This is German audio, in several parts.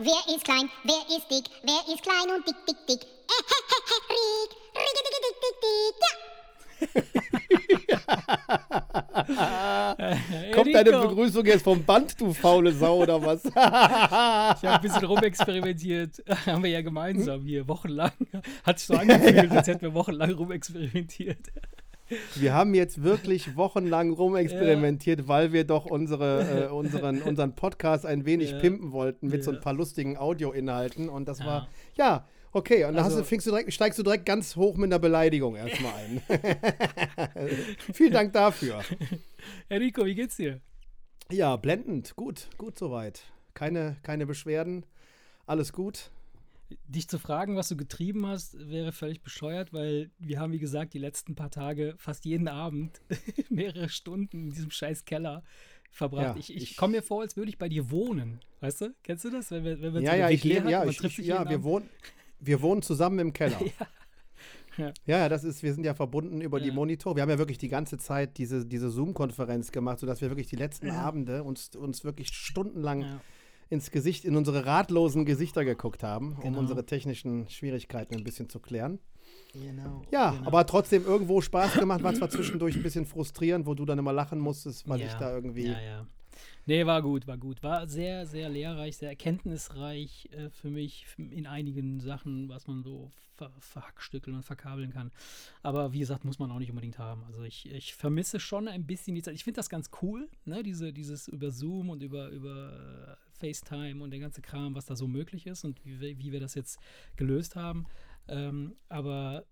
Wer ist klein, wer ist dick, wer ist klein und dick, dick, dick? Riek, rieke, dick, dick, dick, ja. Kommt deine Begrüßung jetzt vom Band, du faule Sau, oder was? Ich habe ein bisschen rumexperimentiert. Haben wir ja gemeinsam hier wochenlang. Hat sich so angefühlt, als hätten wir wochenlang rumexperimentiert. Wir haben jetzt wirklich wochenlang rumexperimentiert, weil wir doch unseren Podcast ein wenig pimpen wollten mit so ein paar lustigen Audioinhalten. Und das war, okay. Und dann steigst du direkt ganz hoch mit einer Beleidigung erstmal ein. Vielen Dank dafür. Herr Nico, wie geht's dir? Ja, blendend. Gut soweit. Keine Beschwerden. Alles gut. Dich zu fragen, was du getrieben hast, wäre völlig bescheuert, weil wir haben, wie gesagt, die letzten paar Tage fast jeden Abend mehrere Stunden in diesem scheiß Keller verbracht. Ja, ich komme mir vor, als würde ich bei dir wohnen. Weißt du? Kennst du das? Wenn wir wir wohnen zusammen im Keller. Ja. Wir sind ja verbunden über die Monitor. Wir haben ja wirklich die ganze Zeit diese Zoom-Konferenz gemacht, sodass wir wirklich die letzten Abende uns wirklich stundenlang in unsere ratlosen Gesichter geguckt haben, um unsere technischen Schwierigkeiten ein bisschen zu klären. Genau. Aber trotzdem irgendwo Spaß gemacht, war zwar zwischendurch ein bisschen frustrierend, wo du dann immer lachen musstest, weil ich da irgendwie... Ja. Nee, war gut. War sehr, sehr lehrreich, sehr erkenntnisreich für mich in einigen Sachen, was man so verhackstückeln und verkabeln kann. Aber wie gesagt, muss man auch nicht unbedingt haben. Also ich vermisse schon ein bisschen die Zeit. Ich finde das ganz cool, ne? Dieses über Zoom und über FaceTime und der ganze Kram, was da so möglich ist und wie wir das jetzt gelöst haben. Aber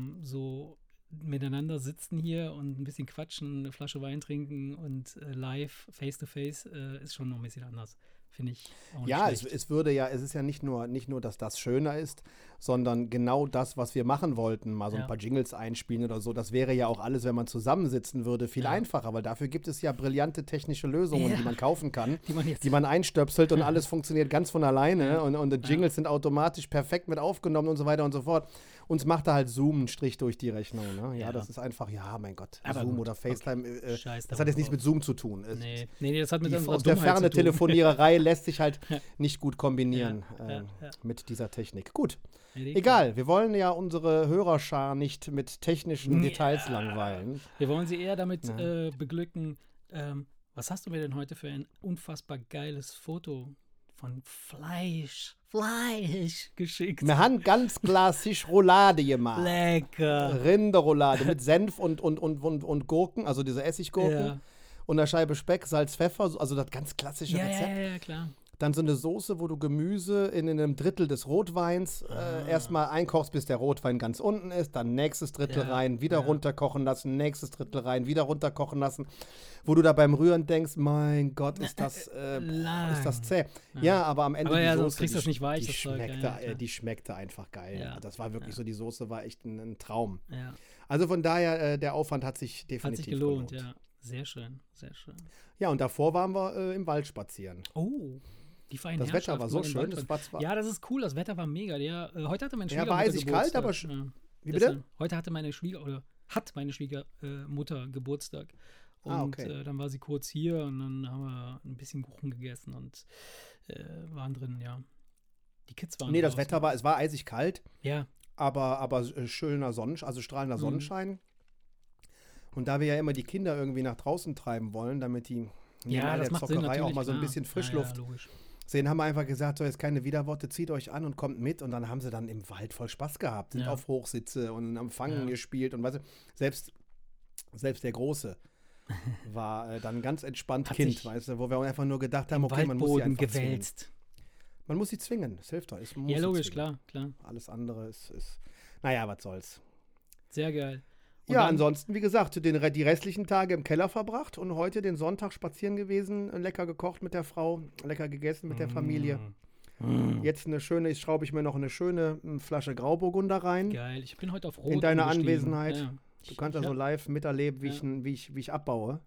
so miteinander sitzen hier und ein bisschen quatschen, eine Flasche Wein trinken und live, face-to-face ist schon noch ein bisschen anders, finde ich auch nicht schlecht. Es ist ja nicht nur, dass das schöner ist, sondern genau das, was wir machen wollten, mal so ein paar Jingles einspielen oder so, das wäre ja auch alles, wenn man zusammensitzen würde, viel einfacher, weil dafür gibt es ja brillante technische Lösungen, die man kaufen kann, die man einstöpselt und alles funktioniert ganz von alleine und die Jingles sind automatisch perfekt mit aufgenommen und so weiter und so fort. Uns macht da halt Zoom einen Strich durch die Rechnung. Ne? Ja, das ist einfach, mein Gott, aber Zoom gut, oder FaceTime, okay. Das hat jetzt nichts mit Zoom zu tun. Nee, das hat mit unserer aus der Dummheit Ferne zu tun. Telefoniererei lässt sich halt nicht gut kombinieren mit dieser Technik. Gut, egal, wir wollen ja unsere Hörerschar nicht mit technischen Details langweilen. Wir wollen sie eher damit beglücken. Was hast du mir denn heute für ein unfassbar geiles Foto von Fleisch geschickt? Wir haben ganz klassisch Roulade gemacht. Lecker. Rinderroulade mit Senf und Gurken, also diese Essiggurken. Und einer Scheibe Speck, Salz, Pfeffer, also das ganz klassische Rezept. Ja, klar. Dann so eine Soße, wo du Gemüse in einem Drittel des Rotweins erstmal einkochst, bis der Rotwein ganz unten ist, dann nächstes Drittel rein, wieder runterkochen lassen, nächstes Drittel rein, wieder runterkochen lassen, wo du da beim Rühren denkst, mein Gott, ist das zäh. Ja, aber am Ende die Soße, kriegst du das nicht weich, die schmeckte einfach geil. Ja. Das war wirklich so, die Soße war echt ein Traum. Ja. Also von daher, der Aufwand hat sich definitiv gelohnt. Ja. Sehr schön, sehr schön. Ja, und davor waren wir im Wald spazieren. Oh, die feinen Das Wetter war so schön. Das das ist cool, das Wetter war mega. Heute hatte meine Schwiegermutter war eisig kalt, aber... Wie bitte? Heute hatte meine Schwiegermutter Geburtstag. Und dann war sie kurz hier und dann haben wir ein bisschen Kuchen gegessen und waren drin, Die Kids waren das Wetter es war eisig kalt. Ja. Aber schöner strahlender Sonnenschein. Und da wir ja immer die Kinder irgendwie nach draußen treiben wollen, damit die neben der Zockerei auch mal so ein bisschen Frischluft sehen, haben wir einfach gesagt, so jetzt keine Widerworte, zieht euch an und kommt mit. Und dann haben sie dann im Wald voll Spaß gehabt, sind auf Hochsitze und am Fangen gespielt. Und weißt du, selbst der Große war dann ganz entspannt Kind, weißt du, wo wir einfach nur gedacht haben, okay, man muss sie einfach gewälzt. zwingen. Man muss sie zwingen, das hilft doch. Ja, logisch, klar. Alles andere ist naja, was soll's. Sehr geil. Und ja, ansonsten, wie gesagt, die restlichen Tage im Keller verbracht und heute den Sonntag spazieren gewesen, lecker gekocht mit der Frau, lecker gegessen mit der Familie. Jetzt schraube ich mir noch eine schöne Flasche Grauburgunder rein. Geil, ich bin heute auf Rot in deiner Anwesenheit. Ja. Du kannst also live miterleben, wie ich abbaue.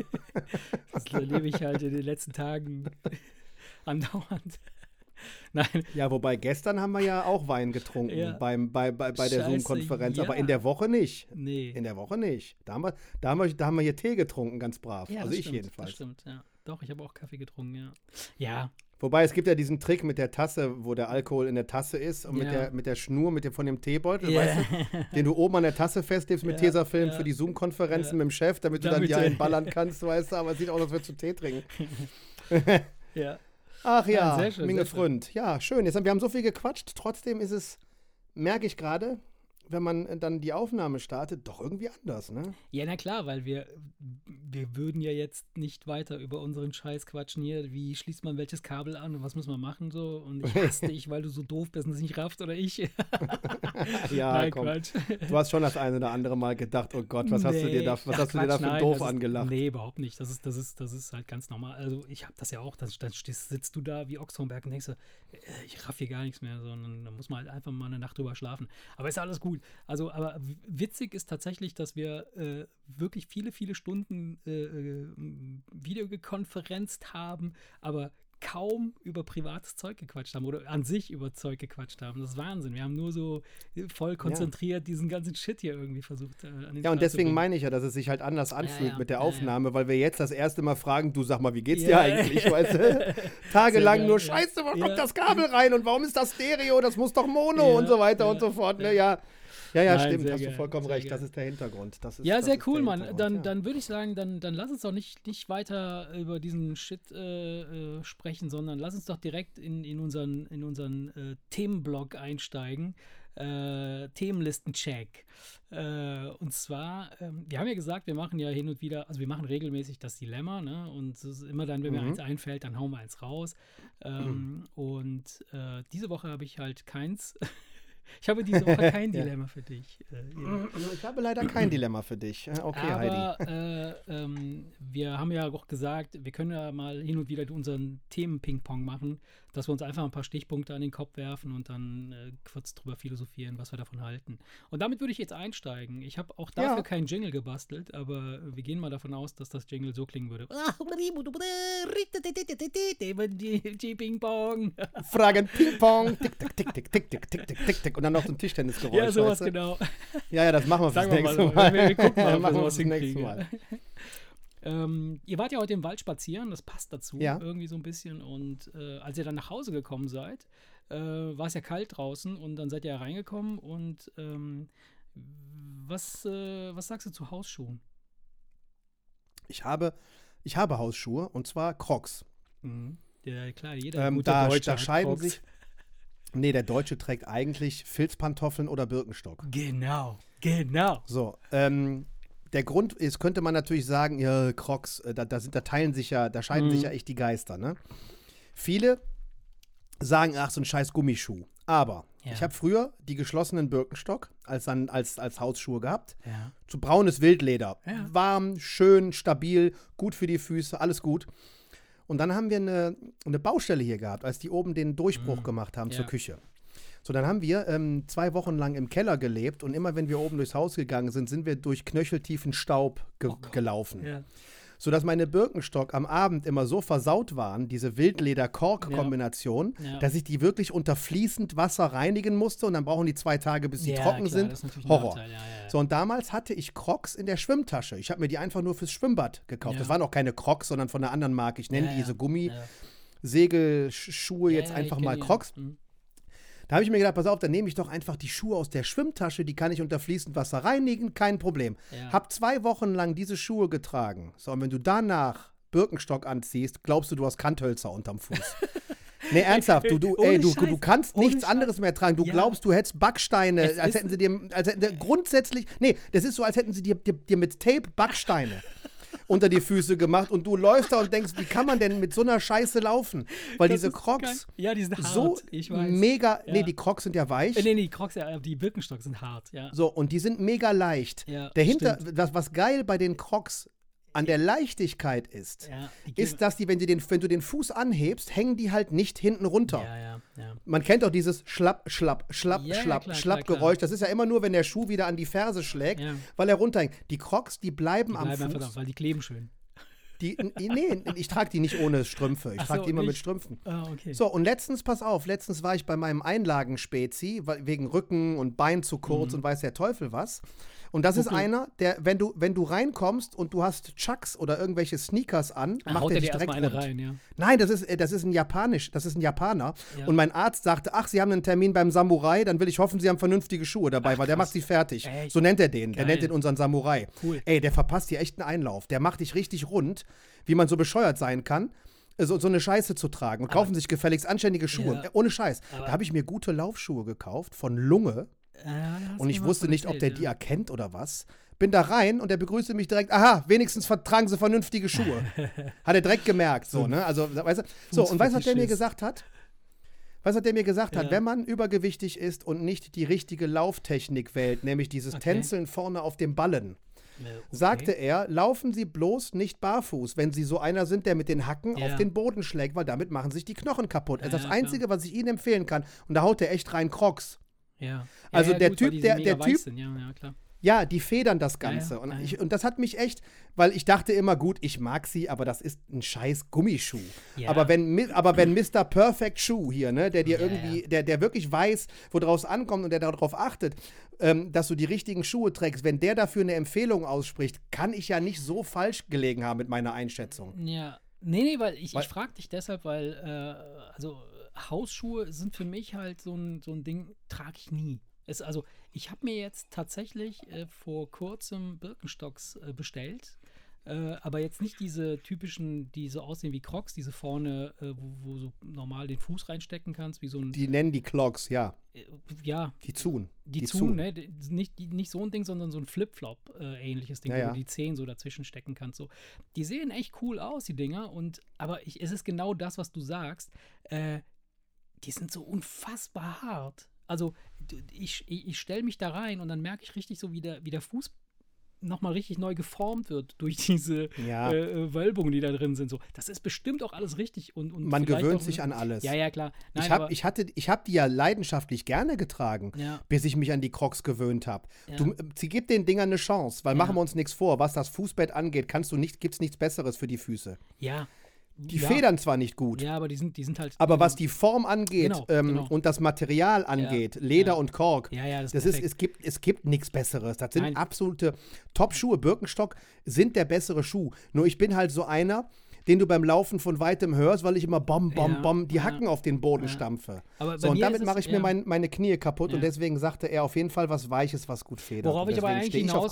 Das erlebe ich halt in den letzten Tagen andauernd. Nein. Ja, wobei gestern haben wir ja auch Wein getrunken bei der Zoom-Konferenz, aber in der Woche nicht. Nee. In der Woche nicht. Da haben wir hier Tee getrunken, ganz brav. Ja, also ich stimmt, jedenfalls. Das stimmt, ja. Doch, ich habe auch Kaffee getrunken, ja. Ja. Wobei, es gibt ja diesen Trick mit der Tasse, wo der Alkohol in der Tasse ist und mit der Schnur von dem Teebeutel, weißt du, den du oben an der Tasse festklebst mit Tesafilm für die Zoom-Konferenzen mit dem Chef, damit du dann die einballern kannst, weißt du, aber es sieht auch aus, als würdest du Tee trinken. Ja. Ach ja, sehr schön, Minge Freund. Ja, schön. Wir haben so viel gequatscht, trotzdem ist es, merke ich gerade, wenn man dann die Aufnahme startet, doch irgendwie anders, ne? Ja, na klar, weil wir würden ja jetzt nicht weiter über unseren Scheiß quatschen hier, wie schließt man welches Kabel an und was muss man machen so und ich hasse dich, weil du so doof bist und es nicht rafft oder ich. Ja, nein, komm. Quatsch. Du hast schon das eine oder andere Mal gedacht, oh Gott, was hast du dir da für doof angelacht? Nee, überhaupt nicht. Das ist halt ganz normal. Also ich habe das ja auch, dann sitzt du da wie Ochshomberg und denkst so, ich raff hier gar nichts mehr, sondern da muss man halt einfach mal eine Nacht drüber schlafen. Aber ist ja alles gut. Also, aber witzig ist tatsächlich, dass wir wirklich viele, viele Stunden Videokonferenzt haben, aber kaum über privates Zeug gequatscht haben oder an sich über Zeug gequatscht haben. Das ist Wahnsinn. Wir haben nur so voll konzentriert diesen ganzen Shit hier irgendwie versucht an den Ja, und deswegen meine ich ja, dass es sich halt anders anfühlt mit der Aufnahme, weil wir jetzt das erste Mal fragen, du sag mal, wie geht's dir eigentlich? Weißt du? Tagelang nur, scheiße, wo kommt das Kabel rein und warum ist das Stereo? Das muss doch Mono und so weiter und so fort. Ne? Ja, Nein, stimmt, hast du vollkommen recht. Das ist der Hintergrund. Sehr cool, Mann. Dann würde ich sagen, dann lass uns doch nicht weiter über diesen Shit sprechen, sondern lass uns doch direkt in unseren Themenblock einsteigen. Themenlisten-Check. Und zwar, wir haben ja gesagt, wir machen ja hin und wieder, also wir machen regelmäßig das Dilemma, ne? Und immer dann, wenn mir eins einfällt, dann hauen wir eins raus. Und diese Woche habe ich halt keins. Ich habe diese Woche kein Dilemma für dich. Ich habe leider kein Dilemma für dich. Okay, aber, Heidi. Wir haben ja auch gesagt, wir können ja mal hin und wieder unseren Themen-Ping-Pong machen, dass wir uns einfach ein paar Stichpunkte an den Kopf werfen und dann kurz drüber philosophieren, was wir davon halten. Und damit würde ich jetzt einsteigen. Ich habe auch dafür keinen Jingle gebastelt, aber wir gehen mal davon aus, dass das Jingle so klingen würde. Ping-Pong. Fragen Ping-Pong. Tick, tick, tick, tick, tick, tick, tick, tick, tick. Und dann noch so ein Tischtennisgeräusch. Ja, sowas genau. Ja, das machen wir fürs nächste Mal. Wir gucken mal, ob wir sowas hinkriegen. Ihr wart ja heute im Wald spazieren, das passt dazu irgendwie so ein bisschen. Und als ihr dann nach Hause gekommen seid, war es ja kalt draußen und dann seid ihr reingekommen. Und was sagst du zu Hausschuhen? Ich habe Hausschuhe und zwar Crocs. Ja, klar, jeder gute Deutsche hat scheiden Crocs. sich. Nee, der Deutsche trägt eigentlich Filzpantoffeln oder Birkenstock. Genau. So, der Grund ist, könnte man natürlich sagen, ja, Crocs, da scheiden sich ja echt die Geister, ne? Viele sagen, ach, so ein scheiß Gummischuh. Aber ich habe früher die geschlossenen Birkenstock als Hausschuhe gehabt. Ja. So braunes Wildleder. Ja. Warm, schön, stabil, gut für die Füße, alles gut. Und dann haben wir eine Baustelle hier gehabt, als die oben den Durchbruch gemacht haben zur Küche. So, dann haben wir 2 Wochen lang im Keller gelebt und immer, wenn wir oben durchs Haus gegangen sind wir durch knöcheltiefen Staub gelaufen. Ja. Sodass meine Birkenstock am Abend immer so versaut waren, diese Wildleder-Kork-Kombination, dass ich die wirklich unter fließend Wasser reinigen musste und dann brauchen die 2 Tage, bis sie trocken sind. Horror. So, und damals hatte ich Crocs in der Schwimmtasche. Ich habe mir die einfach nur fürs Schwimmbad gekauft. Das waren auch keine Crocs, sondern von einer anderen Marke. Ich nenne diese Gummissegelschuhe jetzt einfach mal Crocs. Da habe ich mir gedacht, pass auf, dann nehme ich doch einfach die Schuhe aus der Schwimmtasche, die kann ich unter fließend Wasser reinigen, kein Problem. Ja. Hab 2 Wochen lang diese Schuhe getragen. So, und wenn du danach Birkenstock anziehst, glaubst du hast Kanthölzer unterm Fuß. Nee, ernsthaft, du kannst nichts anderes mehr tragen. Du glaubst, du hättest Backsteine, als hätten sie grundsätzlich, das ist so, als hätten sie dir mit Tape Backsteine unter die Füße gemacht und du läufst da und denkst, wie kann man denn mit so einer Scheiße laufen? Weil diese Crocs die sind hart, so ich weiß. Mega, die Crocs sind ja weich. Die Crocs, die Birkenstock sind hart, ja. So, und die sind mega leicht. Ja, was geil bei den Crocs an der Leichtigkeit ist, dass die, wenn du den Fuß anhebst, hängen die halt nicht hinten runter. Ja. Man kennt doch dieses Schlapp Geräusch. Das ist ja immer nur, wenn der Schuh wieder an die Ferse schlägt, weil er runterhängt. Die Crocs, die bleiben am Fuß. Einfach, weil die kleben schön. Nee, ich trage die nicht ohne Strümpfe. Ich trage die immer mit Strümpfen. Okay. So, und pass auf, letztens war ich bei meinem Einlagenspezi, wegen Rücken und Bein zu kurz und weiß der Teufel was. Und das ist einer, der, wenn du reinkommst und du hast Chucks oder irgendwelche Sneakers an, macht der dich direkt eine rein, ja. Nein, das ist ein Japaner. Ja. Und mein Arzt sagte, ach, Sie haben einen Termin beim Samurai, dann will ich hoffen, Sie haben vernünftige Schuhe dabei, weil der macht sie fertig. Echt? So nennt er den. Geil. Der nennt den unseren Samurai. Cool. Ey, der verpasst dir echt einen Einlauf. Der macht dich richtig rund, wie man so bescheuert sein kann. So eine Scheiße zu tragen. Und kaufen sich gefälligst anständige Schuhe. Ja. Ohne Scheiß. Da habe ich mir gute Laufschuhe gekauft von Lunge. Und ich wusste nicht, ob der die erkennt oder was. Bin da rein und der begrüßte mich direkt. Aha, wenigstens tragen sie vernünftige Schuhe. Hat er direkt gemerkt. So, ne? Also, weißt du? So, und weißt du, was der mir gesagt hat? Wenn man übergewichtig ist und nicht die richtige Lauftechnik wählt, nämlich dieses Tänzeln vorne auf dem Ballen, sagte er, laufen Sie bloß nicht barfuß, wenn Sie so einer sind, der mit den Hacken auf den Boden schlägt, weil damit machen sich die Knochen kaputt. Das ist das Einzige, was ich Ihnen empfehlen kann. Und da haut er echt rein Crocs. Ja. Also der gut, Typ, der Typ, sind. Ja, klar. Ja, die federn das Ganze. Und das hat mich echt, weil ich dachte immer, gut, ich mag sie, aber das ist ein scheiß Gummischuh. Ja. Aber wenn Mr. Perfect Shoe hier, ne, der dir der wirklich weiß, woraus es ankommt und der darauf achtet, dass du die richtigen Schuhe trägst, wenn der dafür eine Empfehlung ausspricht, kann ich ja nicht so falsch gelegen haben mit meiner Einschätzung. Ja, nee, weil ich frage dich deshalb, weil, Hausschuhe sind für mich halt so ein Ding, trage ich nie. Ich habe mir jetzt tatsächlich vor kurzem Birkenstocks bestellt, aber jetzt nicht diese typischen, die so aussehen wie Crocs, diese vorne, wo so normal den Fuß reinstecken kannst, wie so ein... Die nennen die Clogs, ja. Ja. Die Zun. Die Zun, ne? Nicht so ein Ding, sondern so ein Flip-Flop-ähnliches Ding, wo du die Zehen so dazwischen stecken kannst. So. Die sehen echt cool aus, die Dinger, aber es ist genau das, was du sagst. Die sind so unfassbar hart. Also ich stelle mich da rein und dann merke ich richtig so, wie der Fuß nochmal richtig neu geformt wird durch diese Wölbungen, die da drin sind. So, das ist bestimmt auch alles richtig. Und man gewöhnt sich an alles. Ja, klar. Nein, ich hab die ja leidenschaftlich gerne getragen, bis ich mich an die Crocs gewöhnt habe. Ja. Sie gibt den Dingern eine Chance, weil machen wir uns nichts vor, was das Fußbett angeht, gibt's nichts Besseres für die Füße. Ja. Die federn zwar nicht gut. Ja, aber die sind halt. Aber was die Form angeht und das Material angeht, Leder und Kork, es gibt nichts Besseres. Das sind absolute Top-Schuhe. Birkenstock sind der bessere Schuh. Nur ich bin halt so einer, den du beim Laufen von weitem hörst, weil ich immer die Hacken auf den Boden stampfe. So, und damit mache ich mir meine Knie kaputt und deswegen sagte er auf jeden Fall was Weiches, was gut federt. Worauf ich aber eigentlich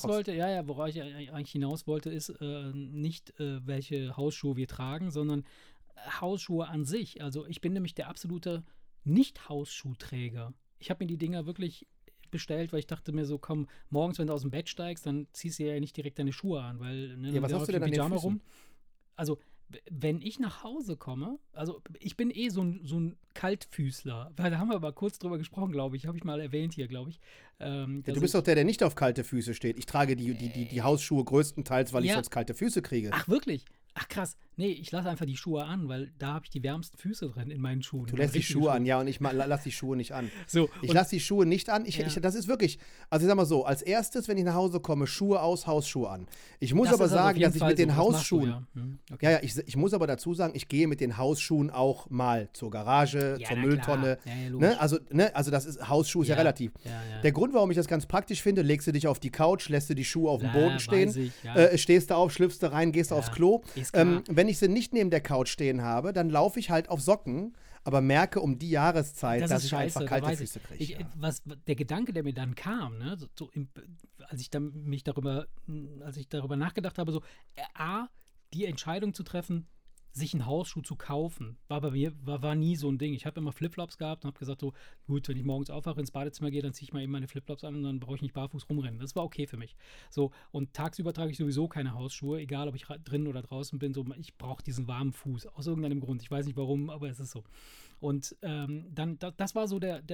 hinaus wollte, ist nicht, welche Hausschuhe wir tragen, sondern Hausschuhe an sich. Also ich bin nämlich der absolute Nicht-Hausschuhträger. Ich habe mir die Dinger wirklich bestellt, weil ich dachte mir so, komm, morgens, wenn du aus dem Bett steigst, dann ziehst du ja nicht direkt deine Schuhe an, weil was hast du denn an den Füßen? Rum. Also wenn ich nach Hause komme, also ich bin so ein Kaltfüßler, weil da haben wir aber kurz drüber gesprochen, glaube ich, habe ich mal erwähnt hier, glaube ich. Du bist doch der nicht auf kalte Füße steht. Ich trage die Hausschuhe größtenteils, weil ich sonst kalte Füße kriege. Ach, wirklich? Ach, krass. Nee, ich lasse einfach die Schuhe an, weil da habe ich die wärmsten Füße drin in meinen Schuhen. Du lässt die Schuhe an, ja, und ich lasse die Schuhe nicht an. So, ich lasse die Schuhe nicht an. Das ist wirklich, also ich sag mal so, als erstes, wenn ich nach Hause komme, Schuhe aus, Hausschuhe an. Ich muss aber sagen, dass ich mit den Hausschuhen, ich muss aber dazu sagen, ich gehe mit den Hausschuhen auch mal zur Garage, zur Mülltonne. Ja, also das ist, Hausschuh ist ja relativ. Ja. Der Grund, warum ich das ganz praktisch finde, legst du dich auf die Couch, lässt du die Schuhe auf dem Boden stehen, stehst du auf, schlüpfst du rein, gehst aufs Klo. Wenn ich sie nicht neben der Couch stehen habe, als laufe ich halt auf Socken, aber merke um die Jahreszeit, dass ich einfach kalte Füße kriege. Der Gedanke, der mir dann kam, ne, als ich darüber nachgedacht habe, die Entscheidung zu treffen, sich einen Hausschuh zu kaufen, war bei mir war nie so ein Ding. Ich habe immer Flipflops gehabt und habe gesagt so, gut, wenn ich morgens aufwache, ins Badezimmer gehe, dann ziehe ich mal eben meine Flipflops an und dann brauche ich nicht barfuß rumrennen. Das war okay für mich. So, und tagsüber trage ich sowieso keine Hausschuhe, egal ob ich drin oder draußen bin. So, ich brauche diesen warmen Fuß, aus irgendeinem Grund. Ich weiß nicht warum, aber es ist so. Und dann, das war so der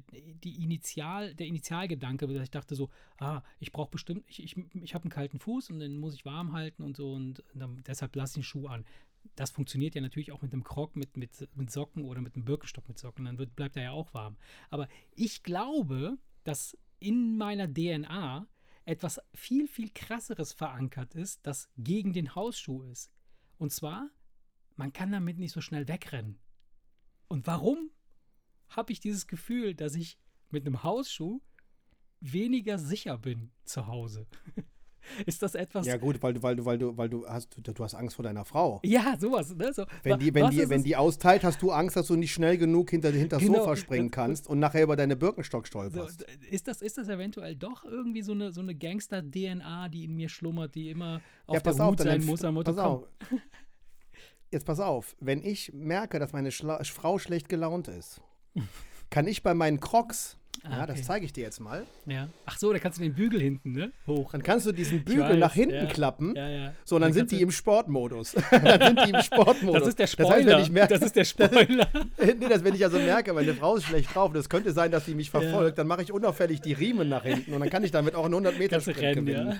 Initialgedanke, dass ich dachte so, ich brauche bestimmt, ich habe einen kalten Fuß und den muss ich warm halten und so und deshalb lasse ich einen Schuh an. Das funktioniert ja natürlich auch mit einem Croc, mit Socken oder mit einem Birkenstock mit Socken, dann bleibt er ja auch warm. Aber ich glaube, dass in meiner DNA etwas viel, viel krasseres verankert ist, das gegen den Hausschuh ist. Und zwar, man kann damit nicht so schnell wegrennen. Und warum habe ich dieses Gefühl, dass ich mit einem Hausschuh weniger sicher bin zu Hause? Ist das etwas... Ja gut, weil du hast Angst vor deiner Frau. Ja, sowas. Ne? So, wenn die austeilt, hast du Angst, dass du nicht schnell genug hinter das Sofa springen kannst und nachher über deine Birkenstock stolperst. So, ist das eventuell doch irgendwie so eine Gangster-DNA, die in mir schlummert, die immer auf der Hut sein muss am Motto, komm. Jetzt pass auf, wenn ich merke, dass meine Frau schlecht gelaunt ist, kann ich bei meinen Crocs, das zeige ich dir jetzt mal. Ja. Ach so, da kannst du den Bügel hinten, ne? Hoch. Dann kannst du diesen Bügel nach hinten klappen. Ja. So, und dann sind die im Sportmodus. Das ist der Spoiler. Das ist der Spoiler. Wenn ich also merke, meine Frau ist schlecht drauf, das könnte sein, dass sie mich verfolgt, dann mache ich unauffällig die Riemen nach hinten und dann kann ich damit auch einen 100-Meter-Sprint gewinnen.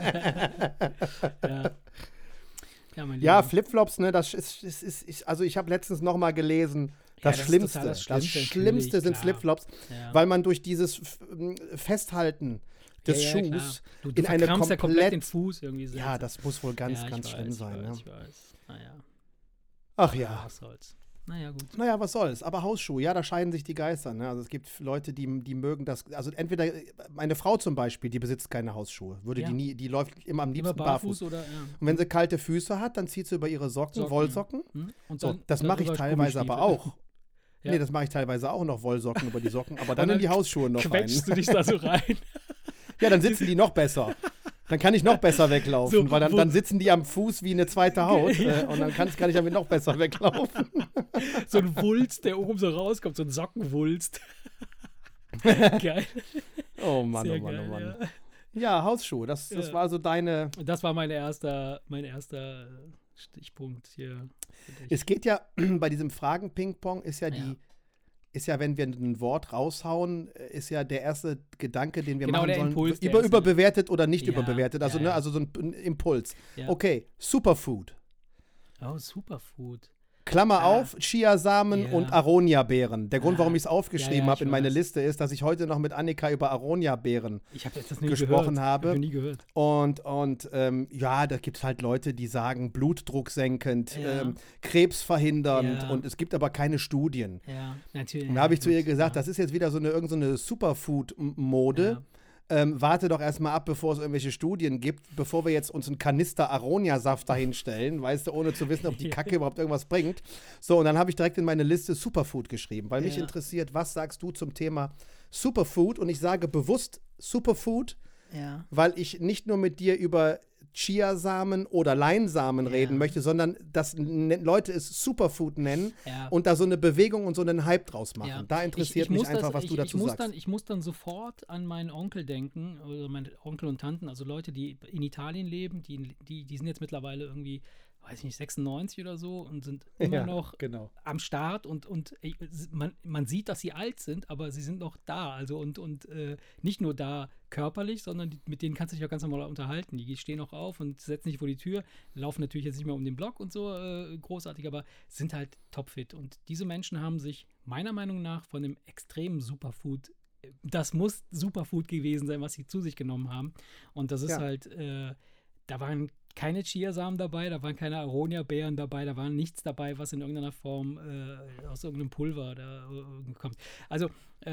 Ja, Flipflops, ne, das ist also ich habe letztens noch mal gelesen, das Schlimmste sind Flipflops, weil man durch dieses Festhalten des Schuhs du in eine komplett den Fuß irgendwie setzt. Ja, das muss wohl ganz schlimm sein. Ich weiß. Naja. Ach ja. Was soll's. Naja, gut. Naja, was soll's. Aber Hausschuhe, ja, da scheiden sich die Geister. Ne? Also es gibt Leute, die mögen das. Also entweder, meine Frau zum Beispiel, die besitzt keine Hausschuhe. Die läuft immer am liebsten barfuß. Oder, Und wenn sie kalte Füße hat, dann zieht sie über ihre Socken Wollsocken. Ja. Und so, das mache ich teilweise aber auch. Ja. Nee, das mache ich teilweise auch noch, Wollsocken über die Socken, aber dann in die Hausschuhe noch rein. Quetschst du dich da so rein? Ja, dann sitzen die noch besser. Dann kann ich noch besser weglaufen, weil dann sitzen die am Fuß wie eine zweite Haut und dann kann ich damit noch besser weglaufen. So ein Wulst, der oben so rauskommt, so ein Sockenwulst. Geil. Oh Mann, oh Mann, oh Mann. Ja, Hausschuhe, das war so deine... Das war mein erster Stichpunkt hier. Es geht ja, bei diesem Fragen-Ping-Pong ist ja, wenn wir ein Wort raushauen, ist ja der erste Gedanke, den wir machen sollen, Impuls, überbewertet oder nicht überbewertet. Also, also so ein Impuls. Ja. Okay, Superfood. Oh, Superfood. Klammer auf, Chiasamen und Aronia-Beeren. Der Grund, warum ich es aufgeschrieben habe in meine Liste, ist, dass ich heute noch mit Annika über Aronia-Beeren gesprochen habe. Ich habe nie gehört. Und da gibt es halt Leute, die sagen, Blutdruck senkend, Krebs verhindernd und es gibt aber keine Studien. Ja, natürlich. Und da habe ich zu ihr gesagt, das ist jetzt wieder so eine Superfood-Mode. Ja. Warte doch erstmal ab, bevor es irgendwelche Studien gibt, bevor wir jetzt uns einen Kanister Aronia-Saft dahinstellen, weißt du, ohne zu wissen, ob die Kacke überhaupt irgendwas bringt. So, und dann habe ich direkt in meine Liste Superfood geschrieben, weil mich interessiert, was sagst du zum Thema Superfood? Und ich sage bewusst Superfood, weil ich nicht nur mit dir über Chiasamen oder Leinsamen reden möchte, sondern dass Leute es Superfood nennen und da so eine Bewegung und so einen Hype draus machen. Ja. Da interessiert mich einfach, was du dazu sagst. Ich muss dann sofort an meinen Onkel denken, oder meine Onkel und Tanten, also Leute, die in Italien leben, die sind jetzt mittlerweile irgendwie, weiß ich nicht, 96 oder so und sind immer noch am Start und man sieht, dass sie alt sind, aber sie sind noch da. Also und nicht nur da körperlich, sondern mit denen kannst du dich auch ganz normal unterhalten. Die stehen auch auf und setzen sich vor die Tür, laufen natürlich jetzt nicht mehr um den Block und so großartig, aber sind halt topfit. Und diese Menschen haben sich meiner Meinung nach von dem extremen Superfood, das muss Superfood gewesen sein, was sie zu sich genommen haben. Und das ist halt, da waren keine Chiasamen dabei, da waren keine Aronia-Beeren dabei, da war nichts dabei, was in irgendeiner Form aus irgendeinem Pulver da kommt. Also,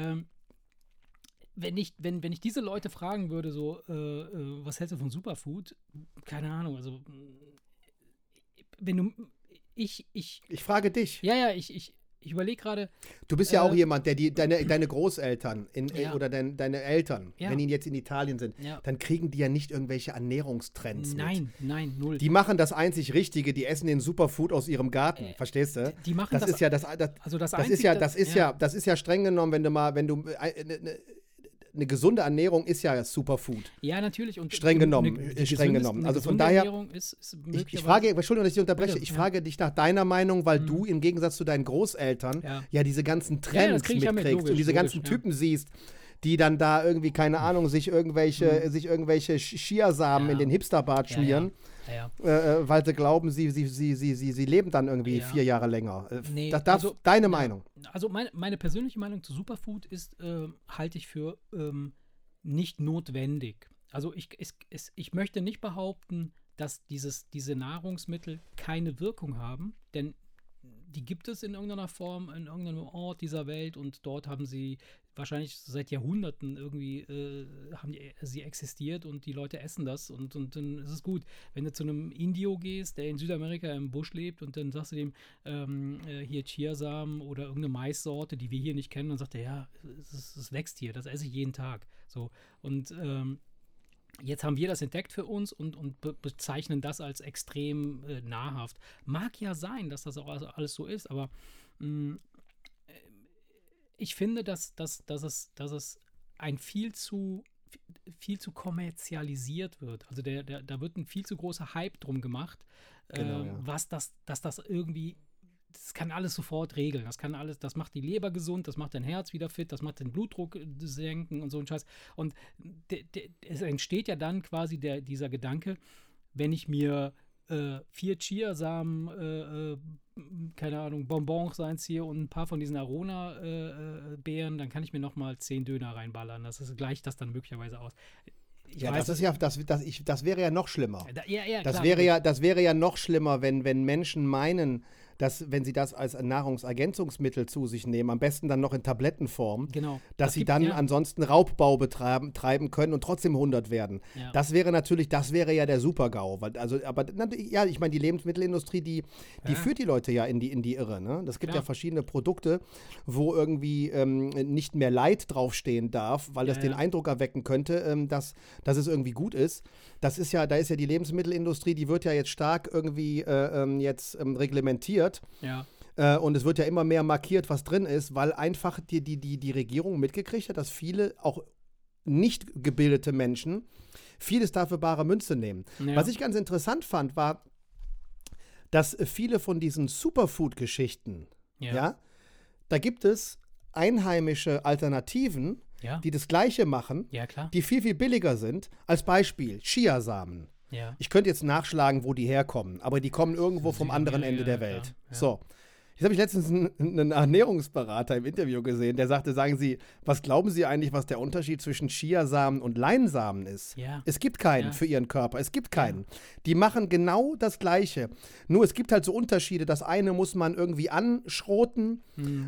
wenn ich diese Leute fragen würde, so, was hältst du von Superfood? Keine Ahnung, also wenn du, ich frage dich. Ja, ich überlege gerade. Du bist ja auch jemand, der deine Großeltern oder deine Eltern, wenn die jetzt in Italien sind, dann kriegen die ja nicht irgendwelche Ernährungstrends mit. Nein, null. Die machen das einzig Richtige, die essen den Superfood aus ihrem Garten, verstehst du? Die machen das. Das ist ja streng genommen, wenn du eine gesunde Ernährung ist ja Superfood. Ja, natürlich. Und streng genommen. Also von daher, ich frage, Entschuldigung, dass ich dich unterbreche, ich frage dich nach deiner Meinung, weil du im Gegensatz zu deinen Großeltern diese ganzen Trends mitkriegst und diese ganzen Typen siehst, die dann da irgendwie, keine Ahnung, sich irgendwelche Chiasamen in den Hipsterbart schmieren, weil sie glauben, sie leben dann irgendwie 4 Jahre länger. Deine Meinung. Also meine persönliche Meinung zu Superfood ist, halte ich für nicht notwendig. Also ich möchte nicht behaupten, dass diese Nahrungsmittel keine Wirkung haben, denn die gibt es in irgendeiner Form, in irgendeinem Ort dieser Welt und dort haben sie wahrscheinlich seit Jahrhunderten irgendwie haben sie existiert und die Leute essen das und dann ist es gut. Wenn du zu einem Indio gehst, der in Südamerika im Busch lebt und dann sagst du dem hier Chiasamen oder irgendeine Maissorte, die wir hier nicht kennen, dann sagt er, ja, es wächst hier, das esse ich jeden Tag. So und jetzt haben wir das entdeckt für uns und bezeichnen das als extrem nahrhaft. Mag ja sein, dass das auch alles so ist, aber ich finde, dass es ein viel zu kommerzialisiert wird. Also da wird ein viel zu großer Hype drum gemacht, Genau, ja. dass das irgendwie, das kann alles sofort regeln. Das macht die Leber gesund, das macht dein Herz wieder fit, das macht den Blutdruck senken und so ein Scheiß. Und es entsteht ja dann quasi dieser Gedanke, wenn ich mir 4 Chiasamen, keine Ahnung, Bonbons reinziehe und ein paar von diesen Arona-Beeren, dann kann ich mir nochmal 10 Döner reinballern. Gleicht das dann möglicherweise aus. Das wäre ja noch schlimmer. Das klar, wäre ja noch schlimmer, wenn Menschen meinen, dass, wenn sie das als Nahrungsergänzungsmittel zu sich nehmen, am besten dann noch in Tablettenform, genau. dass sie dann ansonsten Raubbau betreiben können und trotzdem 100 werden. Ja. Das wäre ja der Super-GAU. Ich meine, die Lebensmittelindustrie, die führt die Leute ja in die Irre. Ne? Das gibt ja verschiedene Produkte, wo irgendwie nicht mehr Leid draufstehen darf, weil das den Eindruck erwecken könnte, dass es irgendwie gut ist. Da ist ja die Lebensmittelindustrie, die wird ja jetzt stark irgendwie reglementiert. Ja. Und es wird ja immer mehr markiert, was drin ist, weil einfach die Regierung mitgekriegt hat, dass viele auch nicht gebildete Menschen vieles dafür bare Münze nehmen. Ja. Was ich ganz interessant fand, war, dass viele von diesen Superfood-Geschichten, da gibt es einheimische Alternativen, die das Gleiche machen, die viel, viel billiger sind. Als Beispiel Chiasamen. Ja. Ich könnte jetzt nachschlagen, wo die herkommen, aber die kommen irgendwo vom anderen Ende der Welt. Ja. So. Jetzt habe ich letztens einen Ernährungsberater im Interview gesehen, der sagte, sagen Sie, was glauben Sie eigentlich, was der Unterschied zwischen Chiasamen und Leinsamen ist? Ja. Es gibt keinen für Ihren Körper, es gibt keinen. Die machen genau das Gleiche. Nur es gibt halt so Unterschiede. Das eine muss man irgendwie anschroten,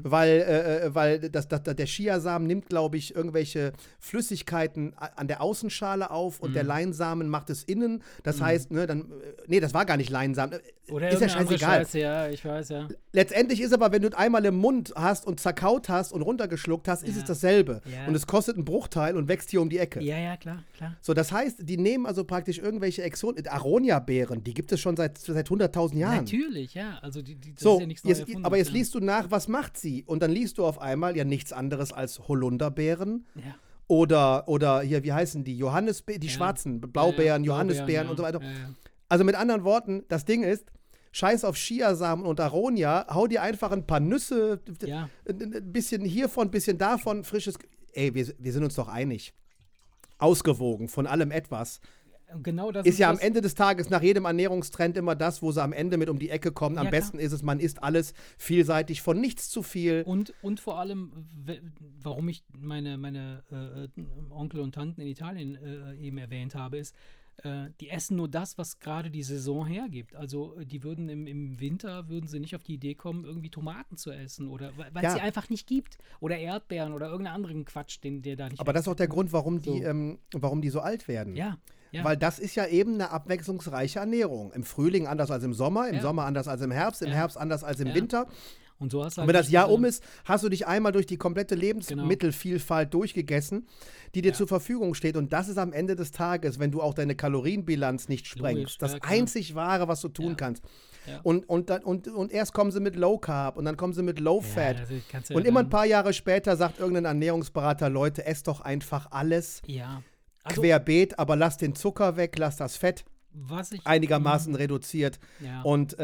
weil der Chiasamen nimmt, glaube ich, irgendwelche Flüssigkeiten an der Außenschale auf und der Leinsamen macht es innen. Das heißt, das war gar nicht Leinsamen. Oder ist ja scheißegal. Scheiße, ja, ich weiß, ja. Letztendlich ist aber, wenn du einmal im Mund hast und zerkaut hast und runtergeschluckt hast, ist es dasselbe. Ja. Und es kostet einen Bruchteil und wächst hier um die Ecke. Ja, klar. So, das heißt, die nehmen also praktisch irgendwelche Aronia-Beeren, die gibt es schon seit 100.000 Jahren. Natürlich, ja. Also das so, ist ja nichts Neues erfunden. aber jetzt liest du nach, was macht sie? Und dann liest du auf einmal ja nichts anderes als Holunderbeeren. Ja. Oder hier, wie heißen die? Johannisbeeren, die schwarzen, Blaubeeren, Johannisbeeren und so weiter. Ja. Also mit anderen Worten, das Ding ist, scheiß auf Chiasamen und Aronia, hau dir einfach ein paar Nüsse, ein bisschen hiervon, ein bisschen davon, frisches. Ey, wir sind uns doch einig. Ausgewogen, von allem etwas. Genau das ist ja am Ende des Tages nach jedem Ernährungstrend immer das, wo sie am Ende mit um die Ecke kommen. Am besten ist es, man isst alles vielseitig, von nichts zu viel. Und vor allem, warum ich meine Onkel und Tanten in Italien eben erwähnt habe, ist, die essen nur das, was gerade die Saison hergibt. Also die würden im Winter, würden sie nicht auf die Idee kommen, irgendwie Tomaten zu essen oder weil es sie einfach nicht gibt. Oder Erdbeeren oder irgendeinen anderen Quatsch, der da nicht Aber das ist auch der Grund, warum die so alt werden. Ja. Weil das ist ja eben eine abwechslungsreiche Ernährung. Im Frühling anders als im Sommer, im Sommer anders als im Herbst anders als im Winter. Und so hast du halt wenn das Jahr um ist, hast du dich einmal durch die komplette Lebensmittelvielfalt durchgeschgessen, die dir zur Verfügung steht. Und das ist am Ende des Tages, wenn du auch deine Kalorienbilanz nicht sprengst, das einzig Wahre, was du tun kannst. Ja. Und erst kommen sie mit Low Carb und dann kommen sie mit Low Fat. Und immer ein paar Jahre später sagt irgendein Ernährungsberater, Leute, esst doch einfach alles. Ja. Querbeet, aber lass den Zucker weg, lass das Fett einigermaßen reduziert. Ja. Und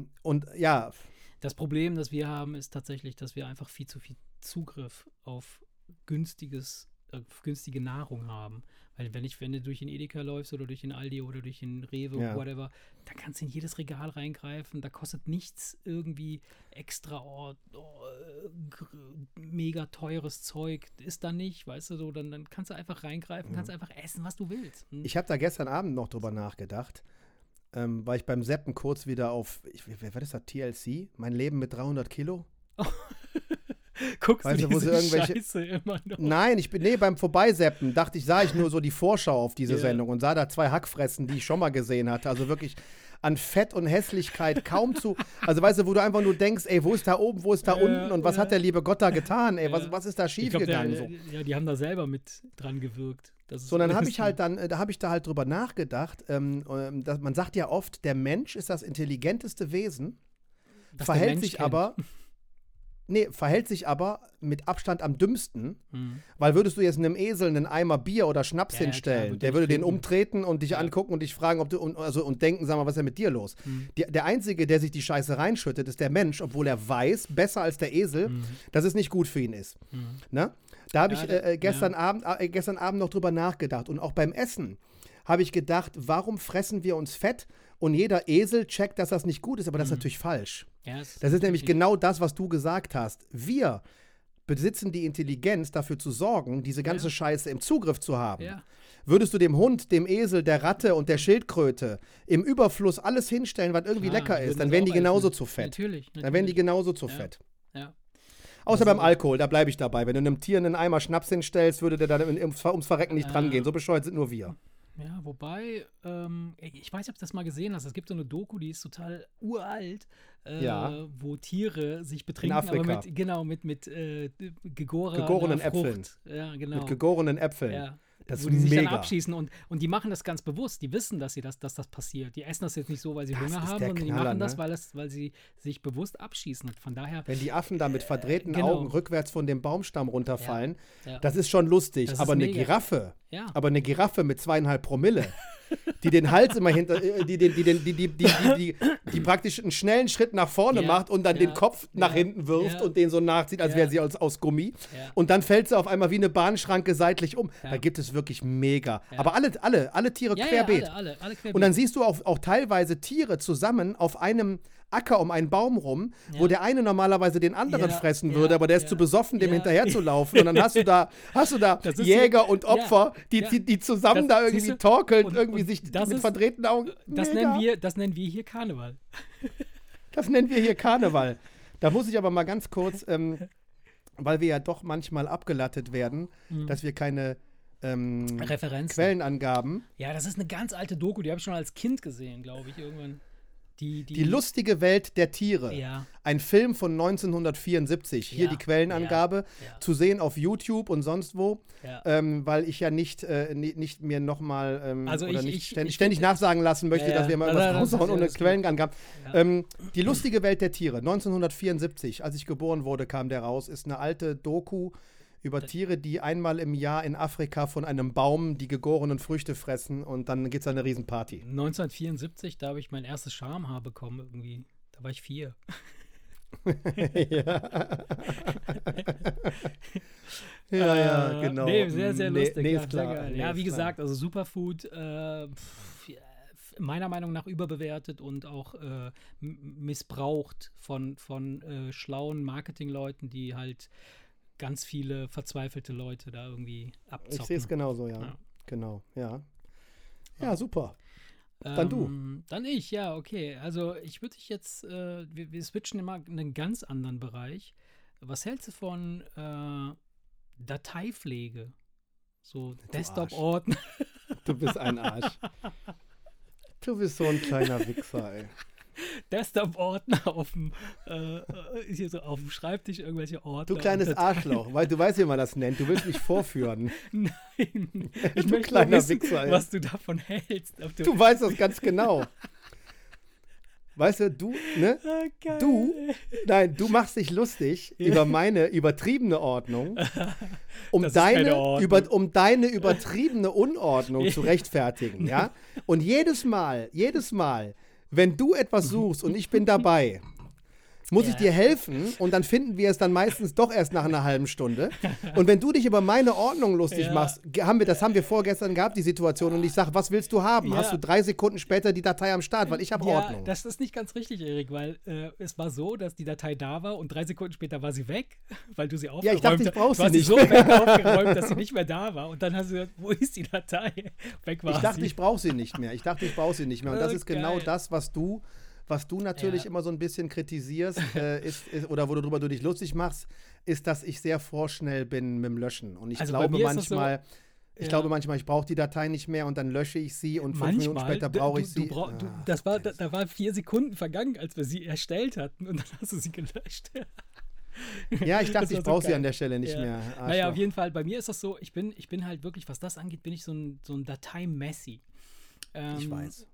das Problem, das wir haben, ist tatsächlich, dass wir einfach viel zu viel Zugriff auf günstige Nahrung haben. Weil wenn du durch den Edeka läufst oder durch den Aldi oder durch den Rewe oder whatever, da kannst du in jedes Regal reingreifen, da kostet nichts irgendwie extra mega teures Zeug, ist da nicht, weißt du, so, dann kannst du einfach reingreifen, kannst einfach essen, was du willst. Ich habe da gestern Abend noch drüber nachgedacht. war ich beim Seppen kurz wieder auf, was ist das, TLC? Mein Leben mit 300 Kilo? Guckst weißt du diese Scheiße immer noch? Nein, beim Vorbeiseppen sah ich nur so die Vorschau auf diese Sendung und sah da 2 Hackfressen, die ich schon mal gesehen hatte. Also wirklich an Fett und Hässlichkeit kaum zu, also weißt du, wo du einfach nur denkst, ey, wo ist da oben, wo ist da unten und was hat der liebe Gott da getan, ey, was ist da schiefgegangen? So. Ja, die haben da selber mit dran gewirkt. So, dann habe ich da halt drüber nachgedacht, man sagt ja oft, der Mensch ist das intelligenteste Wesen, verhält sich aber mit Abstand am dümmsten, weil würdest du jetzt einem Esel einen Eimer Bier oder Schnaps hinstellen, klar, der würde den umtreten und dich angucken und dich fragen, ob du und denken, sag mal, was ist denn mit dir los? Der Einzige, der sich die Scheiße reinschüttet, ist der Mensch, obwohl er weiß, besser als der Esel, dass es nicht gut für ihn ist. Ne? Da habe ich gestern Abend noch drüber nachgedacht und auch beim Essen habe ich gedacht, warum fressen wir uns Fett? Und jeder Esel checkt, dass das nicht gut ist, aber das ist natürlich falsch. Ja, das ist nämlich genau das, was du gesagt hast. Wir besitzen die Intelligenz, dafür zu sorgen, diese ganze Scheiße im Zugriff zu haben. Ja. Würdest du dem Hund, dem Esel, der Ratte und der Schildkröte im Überfluss alles hinstellen, was irgendwie lecker ist, dann wären die genauso zu fett. Natürlich. Dann wären die genauso zu fett. Ja. Außer beim Alkohol, da bleibe ich dabei. Wenn du einem Tier einen Eimer Schnaps hinstellst, würde der dann ums Verrecken nicht dran gehen. So bescheuert sind nur wir. Ja, wobei, ich weiß nicht, ob du das mal gesehen hast. Es gibt so eine Doku, die ist total uralt, wo Tiere sich betrinken. In Afrika. Aber mit gegorenen Frucht. Äpfeln. Ja, genau. Mit gegorenen Äpfeln. Ja. Das wo die sich dann abschießen und die machen das ganz bewusst. Die wissen, dass das passiert. Die essen das jetzt nicht so, weil sie Hunger haben, sondern die machen das, weil sie sich bewusst abschießen. Und von daher. Wenn die Affen da mit verdrehten Augen rückwärts von dem Baumstamm runterfallen, das ist schon lustig. Aber eine Giraffe, mit 2,5 Promille, die den Hals immer hinter, die praktisch einen schnellen Schritt nach vorne macht und dann den Kopf nach hinten wirft und den so nachzieht, als wäre sie aus Gummi. Ja. Und dann fällt sie auf einmal wie eine Bahnschranke seitlich um. Ja. Da gibt es wirklich mega. Ja. Aber alle Tiere querbeet. Alle querbeet. Und dann siehst du auch teilweise Tiere zusammen auf einem Acker um einen Baum rum, wo der eine normalerweise den anderen fressen würde, aber der ist zu besoffen, dem hinterher zu laufen. Und dann hast du da Jäger und Opfer, die zusammen da irgendwie torkeln, irgendwie sich mit verdrehten Augen. Das nennen wir hier Karneval. Das nennen wir hier Karneval. Da muss ich aber mal ganz kurz, weil wir ja doch manchmal abgelattet werden, dass wir keine Referenzen, Quellenangaben. Ja, das ist eine ganz alte Doku, die habe ich schon als Kind gesehen, glaube ich, irgendwann. Die lustige Welt der Tiere. Ja. Ein Film von 1974. Hier die Quellenangabe. Ja. Zu sehen auf YouTube und sonst wo. Ja. Weil ich ja nicht mir nochmal ständig nachsagen lassen möchte, dass wir mal was raushauen ohne Quellenangaben. Ja. Die lustige Welt der Tiere. 1974, als ich geboren wurde, kam der raus. Ist eine alte Doku über Tiere, die einmal im Jahr in Afrika von einem Baum die gegorenen Früchte fressen und dann gibt es eine Riesenparty. 1974, da habe ich mein erstes Schamhaar bekommen irgendwie. Da war ich 4. ja, genau. Nee, sehr, sehr lustig. Nee, sehr geil. Ja, wie gesagt, also Superfood, meiner Meinung nach überbewertet und auch missbraucht von schlauen Marketingleuten, die halt ganz viele verzweifelte Leute da irgendwie abzocken. Ich sehe es genauso, ja. Genau, ja. Ja, super. Dann du. Dann ich, ja, okay. Also ich würde dich jetzt, wir switchen immer in einen ganz anderen Bereich. Was hältst du von Dateipflege? So Desktop-Ordner. Du bist ein Arsch. Du bist so ein kleiner Wichser, ey. Desktop-Ordner auf dem Schreibtisch, irgendwelche Ordner. Du kleines Arschloch, weil du weißt, wie man das nennt. Du willst mich vorführen. Nein, ich möchte kleiner wissen, Wichser, was du davon hältst. Du weißt das ganz genau. Weißt du, ne? Du machst dich lustig über meine übertriebene Ordnung, um deine übertriebene Unordnung zu rechtfertigen, ja? Und jedes Mal, wenn du etwas suchst und ich bin dabei, muss ich dir helfen und dann finden wir es dann meistens doch erst nach einer halben Stunde. Und wenn du dich über meine Ordnung lustig machst, haben wir vorgestern gehabt, die Situation, und ich sage, was willst du haben? Hast du 3 Sekunden später die Datei am Start, weil ich habe Ordnung. Das ist nicht ganz richtig, Erik, weil es war so, dass die Datei da war und 3 Sekunden später war sie weg, weil du sie aufgeräumt hast. Ja, ich dachte, ich brauche sie nicht. Du hast sie so weg aufgeräumt, dass sie nicht mehr da war und dann hast du gesagt, wo ist die Datei? Weg war sie. Ich dachte, ich brauche sie nicht mehr. Und das ist genau das, was du natürlich immer so ein bisschen kritisierst, oder worüber du dich lustig machst, ist, dass ich sehr vorschnell bin mit dem Löschen. Und ich glaube manchmal, ich brauche die Datei nicht mehr und dann lösche ich sie und 5 Minuten später brauche ich sie. Da waren 4 Sekunden vergangen, als wir sie erstellt hatten und dann hast du sie gelöscht. Ja, ich dachte, ich brauche sie an der Stelle nicht mehr. Naja, auf jeden Fall, bei mir ist das so, ich bin halt wirklich, was das angeht, bin ich so ein Datei-Messi. Ich weiß.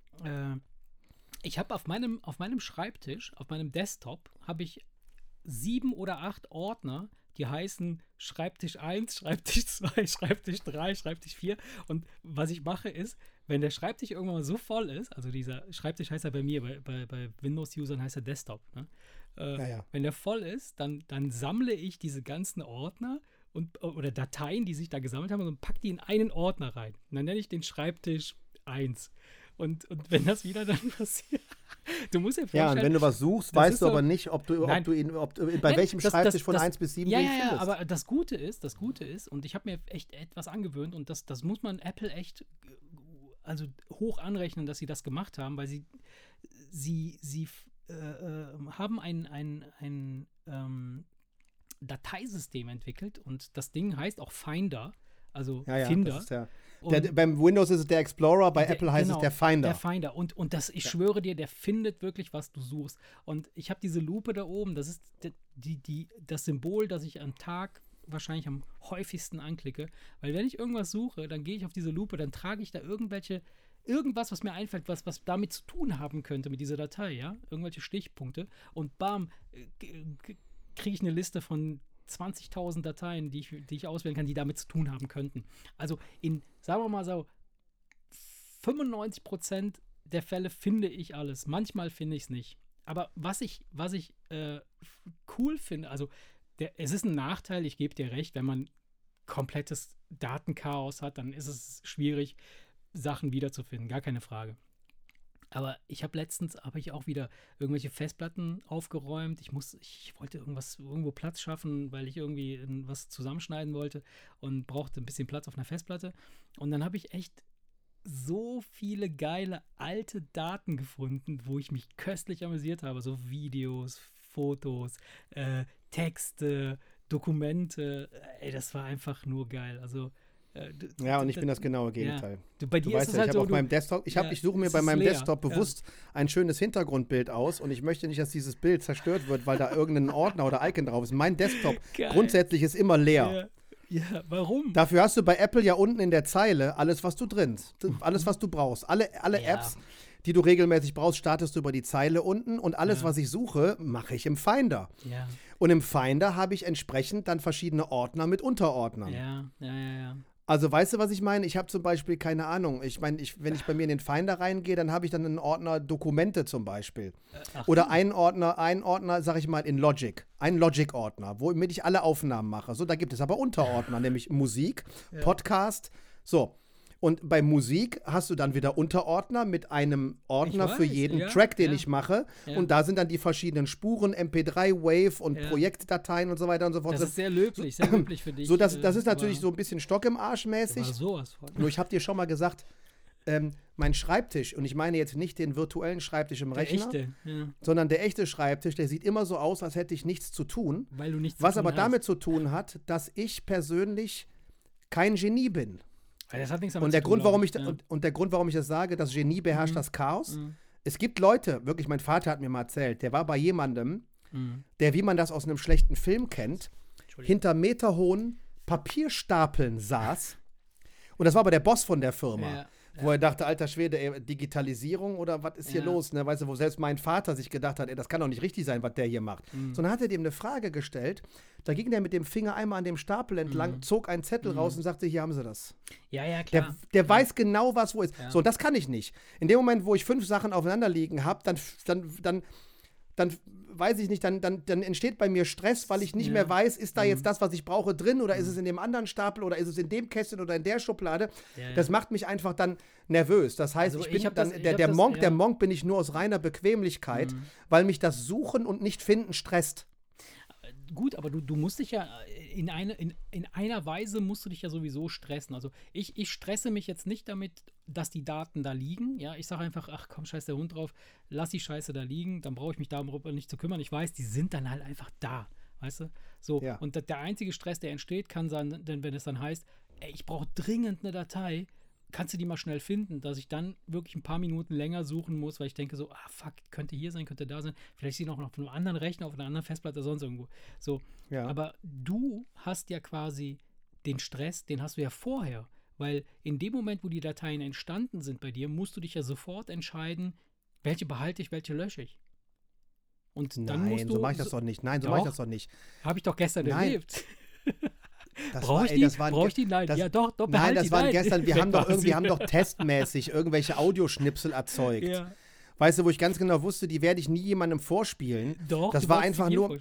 Ich habe auf meinem Schreibtisch, auf meinem Desktop, habe ich 7 oder 8 Ordner, die heißen Schreibtisch 1, Schreibtisch 2, Schreibtisch 3, Schreibtisch 4. Und was ich mache ist, wenn der Schreibtisch irgendwann mal so voll ist, also dieser Schreibtisch heißt ja bei mir, bei Windows-Usern heißt er Desktop, ne? Wenn der voll ist, dann sammle ich diese ganzen Ordner oder Dateien, die sich da gesammelt haben, und packe die in einen Ordner rein. Und dann nenne ich den Schreibtisch 1. Und wenn das wieder dann passiert, du musst ja vorstellen. Ja, und wenn du was suchst, weißt du aber nicht, bei welchem Schreibtisch von 1 bis 7 du ihn findest. Ja, aber das Gute ist, und ich habe mir echt etwas angewöhnt, und das muss man Apple echt hoch anrechnen, dass sie das gemacht haben, weil sie haben ein Dateisystem entwickelt, und das Ding heißt auch Finder, also Finder. Das ist beim Windows ist es der Explorer, bei Apple heißt es der Finder. Der Finder. Und ich schwöre dir, der findet wirklich, was du suchst. Und ich habe diese Lupe da oben, das ist das Symbol, das ich am Tag wahrscheinlich am häufigsten anklicke. Weil wenn ich irgendwas suche, dann gehe ich auf diese Lupe, dann trage ich da irgendwas, was mir einfällt, was damit zu tun haben könnte mit dieser Datei, ja? Irgendwelche Stichpunkte. Und bam, kriege ich eine Liste von 20.000 Dateien, die ich auswählen kann, die damit zu tun haben könnten. Also sagen wir mal so, 95% der Fälle finde ich alles. Manchmal finde ich es nicht. Aber was ich cool finde, also es ist ein Nachteil, ich gebe dir recht, wenn man komplettes Datenchaos hat, dann ist es schwierig, Sachen wiederzufinden, gar keine Frage. Aber letztens habe ich auch wieder irgendwelche Festplatten aufgeräumt. Ich wollte irgendwo Platz schaffen, weil ich irgendwie was zusammenschneiden wollte und brauchte ein bisschen Platz auf einer Festplatte. Und dann habe ich echt so viele geile alte Daten gefunden, wo ich mich köstlich amüsiert habe. So Videos, Fotos, Texte, Dokumente. Das war einfach nur geil. Also und ich bin das genaue Gegenteil. Bei dir ist es halt so, auf meinem Desktop, ich suche mir bei meinem Desktop bewusst ein schönes Hintergrundbild aus, und ich möchte nicht, dass dieses Bild zerstört wird, weil da irgendein Ordner oder Icon drauf ist. Mein Desktop grundsätzlich ist immer leer. Ja, warum? Dafür hast du bei Apple ja unten in der Zeile alles, was du alles, was du brauchst. Alle Apps, die du regelmäßig brauchst, startest du über die Zeile unten, und alles, was ich suche, mache ich im Finder. Ja. Und im Finder habe ich entsprechend dann verschiedene Ordner mit Unterordnern. Ja. Also weißt du, was ich meine? Ich habe zum Beispiel, keine Ahnung, wenn ich bei mir in den Finder reingehe, dann habe ich dann einen Ordner Dokumente zum Beispiel. Oder einen Ordner, sag ich mal, in Logic. Einen Logic-Ordner, womit ich alle Aufnahmen mache. So, da gibt es aber Unterordner, nämlich Musik, Podcast, so. Und bei Musik hast du dann wieder Unterordner mit einem Ordner für jeden Track, den ich mache. Ja. Und da sind dann die verschiedenen Spuren, MP3, Wave und Projektdateien und so weiter und so fort. Das ist sehr löblich für dich. So, das ist natürlich so ein bisschen Stock im Arsch mäßig. Aber sowas von. Nur ich habe dir schon mal gesagt, mein Schreibtisch, und ich meine jetzt nicht den virtuellen Schreibtisch im Rechner, sondern der echte Schreibtisch, der sieht immer so aus, als hätte ich nichts zu tun. Weil du nichts was aber damit zu tun hat, dass ich persönlich kein Genie bin. Das hat nichts damit und der Grund, warum ich das sage, das Genie beherrscht das Chaos. Es gibt Leute, wirklich, mein Vater hat mir mal erzählt, der war bei jemandem, der, wie man das aus einem schlechten Film kennt, hinter meterhohen Papierstapeln saß. Und das war aber der Boss von der Firma. Wo er dachte, alter Schwede, Digitalisierung oder was ist hier los? Ne? Weißt du, wo selbst mein Vater sich gedacht hat, das kann doch nicht richtig sein, was der hier macht. So, dann hat er dem eine Frage gestellt. Da ging der mit dem Finger einmal an dem Stapel entlang, zog einen Zettel raus und sagte, hier haben sie das. Ja, klar. Der weiß genau, was wo ist. Ja. So, und das kann ich nicht. In dem Moment, wo ich 5 Sachen aufeinander liegen habe, dann weiß ich nicht, dann entsteht bei mir Stress, weil ich nicht mehr weiß, ist da jetzt das, was ich brauche, drin oder ist es in dem anderen Stapel oder ist es in dem Kästchen oder in der Schublade. Das macht mich einfach dann nervös. Das heißt, also ich bin dann der Monk bin ich nur aus reiner Bequemlichkeit, weil mich das Suchen und nicht finden stresst. Gut, aber du musst dich ja in einer Weise musst du dich ja sowieso stressen. Also ich stresse mich jetzt nicht damit, dass die Daten da liegen. Ja, ich sage einfach, ach komm, scheiß der Hund drauf, lass die Scheiße da liegen, dann brauche ich mich darüber nicht zu kümmern. Ich weiß, die sind dann halt einfach da, weißt du? So, ja. Und der einzige Stress, der entsteht, kann sein, denn wenn es dann heißt, ey, ich brauche dringend eine Datei, kannst du die mal schnell finden, dass ich dann wirklich ein paar Minuten länger suchen muss, weil ich denke so, fuck, könnte hier sein, könnte da sein, vielleicht ist sie noch auf einem anderen Rechner, auf einer anderen Festplatte, sonst irgendwo. So, ja. Aber du hast ja quasi den Stress, den hast du ja vorher, weil in dem Moment, wo die Dateien entstanden sind bei dir, musst du dich ja sofort entscheiden, welche behalte ich, welche lösche ich. Und dann musst du, so mache ich das doch nicht. Nein, so mache ich das doch nicht. Habe ich doch gestern erlebt. Brauche ich die? Nein, ja doch, nein, das waren gestern, wir haben doch testmäßig irgendwelche Audioschnipsel erzeugt. Ja. Weißt du, wo ich ganz genau wusste, die werde ich nie jemandem vorspielen. Doch, das war einfach nur.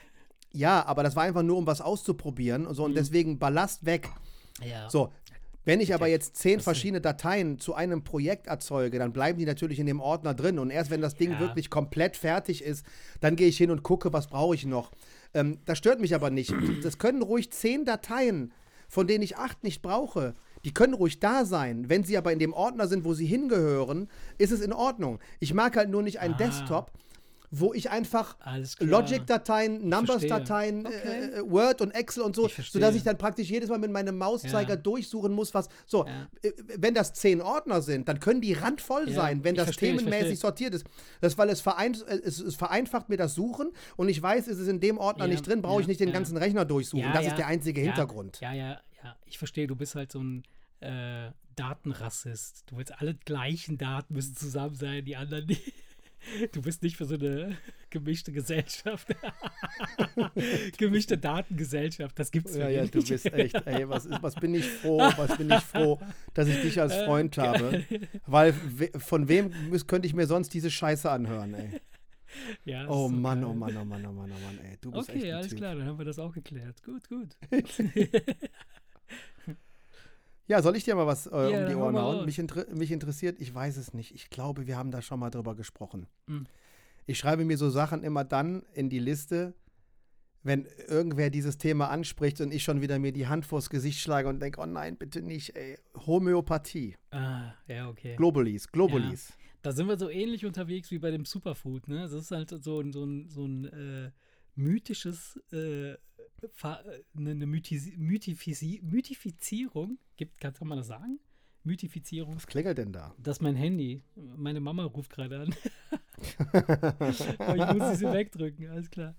Ja, aber das war einfach nur, um was auszuprobieren und so und deswegen Ballast weg. Ja. So, wenn ich aber jetzt 10 verschiedene Dateien zu einem Projekt erzeuge, dann bleiben die natürlich in dem Ordner drin und erst wenn das Ding wirklich komplett fertig ist, dann gehe ich hin und gucke, was brauche ich noch. Das stört mich aber nicht. Das können ruhig 10 Dateien, von denen ich 8 nicht brauche. Die können ruhig da sein. Wenn sie aber in dem Ordner sind, wo sie hingehören, ist es in Ordnung. Ich mag halt nur nicht einen Desktop, wo ich einfach Logic-Dateien, Numbers-Dateien, Word und Excel und so, sodass ich dann praktisch jedes Mal mit meinem Mauszeiger durchsuchen muss, was. So, wenn das 10 Ordner sind, dann können die randvoll sein, wenn das themenmäßig sortiert ist. Das, weil es vereinfacht mir das Suchen und ich weiß, ist es in dem Ordner nicht drin, brauche ich nicht den ganzen Rechner durchsuchen. Das ist der einzige Hintergrund. Ja. Ich verstehe, du bist halt so ein Datenrassist. Du willst alle gleichen Daten müssen zusammen sein, die anderen nicht. Du bist nicht für so eine gemischte Gesellschaft. Gemischte Datengesellschaft, das gibt's ja, du bist echt, ey, was bin ich froh, dass ich dich als Freund habe. Weil von wem könnte ich mir sonst diese Scheiße anhören, ey. Ja, oh Mann, ey. Du bist echt Okay, alles Typ. Klar, dann haben wir das auch geklärt. Gut. Ja, soll ich dir mal was um die Ohren hauen? Mich interessiert, ich weiß es nicht. Ich glaube, wir haben da schon mal drüber gesprochen. Ich schreibe mir so Sachen immer dann in die Liste, wenn irgendwer dieses Thema anspricht und ich schon wieder mir die Hand vors Gesicht schlage und denke, oh nein, bitte nicht, ey. Homöopathie. Ja, okay. Globulis. Ja, da sind wir so ähnlich unterwegs wie bei dem Superfood, ne? Das ist halt so ein mythisches eine Mythifizierung gibt, kann man das sagen? Mythifizierung. Was klingelt denn da? Das ist mein Handy. Meine Mama ruft gerade an. Aber ich muss sie wegdrücken, alles klar.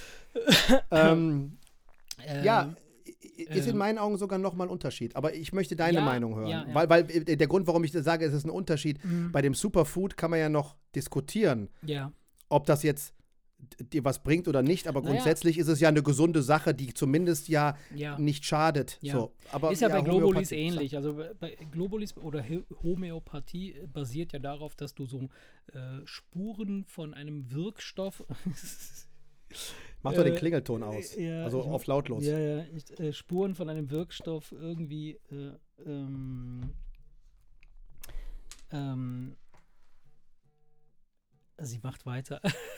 Ja, ist in meinen Augen sogar nochmal ein Unterschied. Aber ich möchte deine Meinung hören. Ja. Weil der Grund, warum ich das sage, es ist ein Unterschied. Bei dem Superfood kann man ja noch diskutieren, ob das jetzt dir was bringt oder nicht, aber grundsätzlich ist es ja eine gesunde Sache, die zumindest nicht schadet. Ja. So, aber ist ja bei Globulis ähnlich. Also bei Globulis oder Homöopathie basiert ja darauf, dass du so Spuren von einem Wirkstoff Mach doch den Klingelton aus. Also auf lautlos. Ja. Spuren von einem Wirkstoff irgendwie sie macht weiter.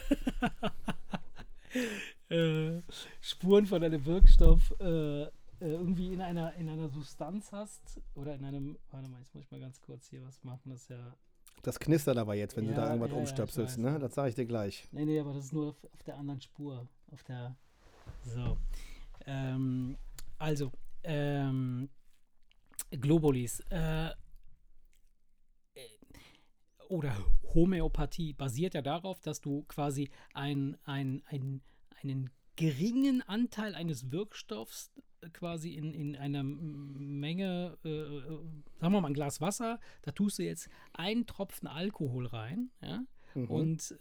Spuren von einem Wirkstoff irgendwie in einer Substanz hast oder in einem, warte mal, jetzt muss ich mal ganz kurz hier was machen, das knistert aber jetzt, wenn du da irgendwas umstöpselst, ne? Das sage ich dir gleich. Nee, aber das ist nur auf der anderen Spur. Globulis. Oder Homöopathie basiert ja darauf, dass du quasi einen geringen Anteil eines Wirkstoffs quasi in einer Menge, sagen wir mal ein Glas Wasser, da tust du jetzt einen Tropfen Alkohol rein, ja, Und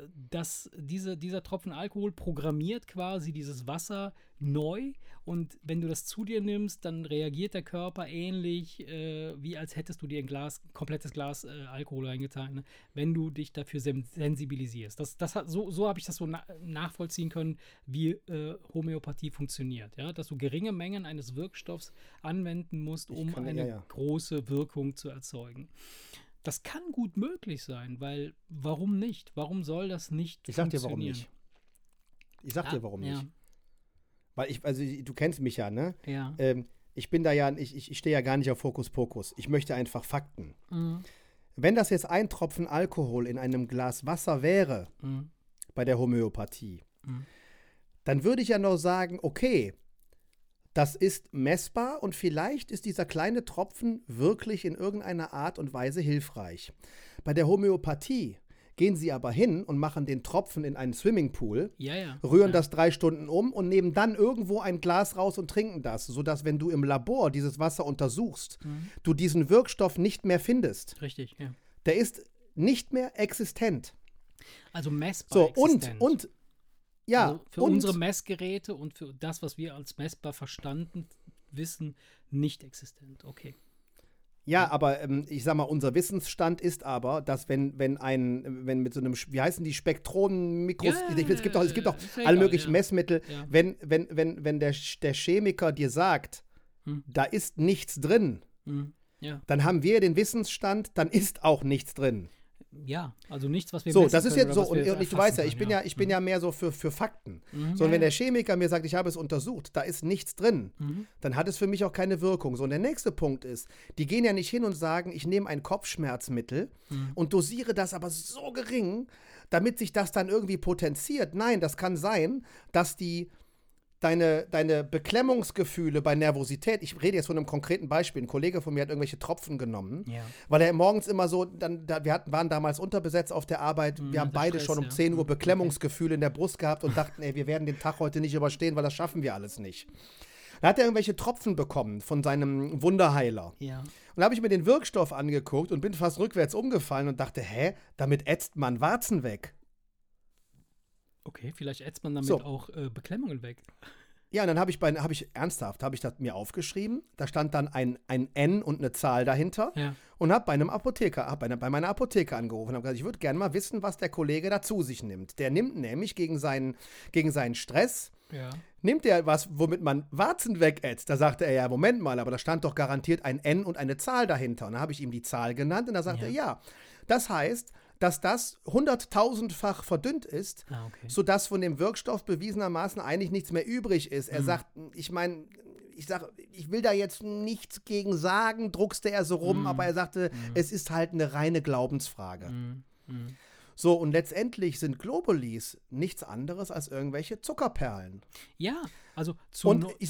dieser Tropfen Alkohol programmiert quasi dieses Wasser neu. Und wenn du das zu dir nimmst, dann reagiert der Körper ähnlich, wie als hättest du dir ein komplettes Glas Alkohol reingetan, ne? Wenn du dich dafür sensibilisierst. So habe ich das so nachvollziehen können, wie Homöopathie funktioniert. Ja? Dass du geringe Mengen eines Wirkstoffs anwenden musst, um eine große Wirkung zu erzeugen. Das kann gut möglich sein, weil warum nicht? Warum soll das nicht funktionieren? Ich sag dir, warum nicht. Weil du kennst mich ja, ne? Ja. Ich bin da ja, ich stehe ja gar nicht auf Hokuspokus. Ich möchte einfach Fakten. Wenn das jetzt ein Tropfen Alkohol in einem Glas Wasser wäre, bei der Homöopathie, dann würde ich ja noch sagen, okay, das ist messbar und vielleicht ist dieser kleine Tropfen wirklich in irgendeiner Art und Weise hilfreich. Bei der Homöopathie gehen sie aber hin und machen den Tropfen in einen Swimmingpool, rühren das 3 Stunden um und nehmen dann irgendwo ein Glas raus und trinken das, sodass, wenn du im Labor dieses Wasser untersuchst, du diesen Wirkstoff nicht mehr findest. Richtig, ja. Der ist nicht mehr existent. Also messbar existent. Und ja, also für unsere Messgeräte und für das, was wir als messbar verstanden wissen, nicht existent. Okay. Ja, aber ich sag mal, unser Wissensstand ist aber, dass wenn mit so einem, wie heißen die, Spektronenmikroskop, es gibt auch alle möglichen Messmittel, wenn der Chemiker dir sagt, da ist nichts drin, dann haben wir den Wissensstand, dann ist auch nichts drin. Ja, also nichts, was wir so, das ist jetzt so, und ich weiß ja, ich bin ja mehr so für Fakten. So, und wenn der Chemiker mir sagt, ich habe es untersucht, da ist nichts drin, dann hat es für mich auch keine Wirkung. So, und der nächste Punkt ist, die gehen ja nicht hin und sagen, ich nehme ein Kopfschmerzmittel und dosiere das aber so gering, damit sich das dann irgendwie potenziert. Nein, das kann sein, dass deine Beklemmungsgefühle bei Nervosität, ich rede jetzt von einem konkreten Beispiel, ein Kollege von mir hat irgendwelche Tropfen genommen, weil er morgens immer so, waren damals unterbesetzt auf der Arbeit, wir haben beide schon um 10 Uhr Beklemmungsgefühle in der Brust gehabt und dachten, wir werden den Tag heute nicht überstehen, weil das schaffen wir alles nicht. Da hat er irgendwelche Tropfen bekommen von seinem Wunderheiler. Ja. Und da habe ich mir den Wirkstoff angeguckt und bin fast rückwärts umgefallen und dachte, damit ätzt man Warzen weg. Okay, vielleicht ätzt man damit auch Beklemmungen weg. Ja, und dann habe ich das mir aufgeschrieben. Da stand dann ein N und eine Zahl dahinter. Ja. Und habe bei meiner Apotheker angerufen und habe gesagt, ich würde gerne mal wissen, was der Kollege da zu sich nimmt. Der nimmt nämlich gegen seinen Stress, nimmt er was, womit man Warzen wegätzt. Da sagte er, ja, Moment mal, aber da stand doch garantiert ein N und eine Zahl dahinter. Und dann habe ich ihm die Zahl genannt und da sagte er, ja, das heißt, dass das 100.000-fach verdünnt ist, sodass von dem Wirkstoff bewiesenermaßen eigentlich nichts mehr übrig ist. Er sagt, ich will da jetzt nichts gegen sagen, druckste er so rum, aber er sagte, es ist halt eine reine Glaubensfrage. So, und letztendlich sind Globulis nichts anderes als irgendwelche Zuckerperlen. Ja, also es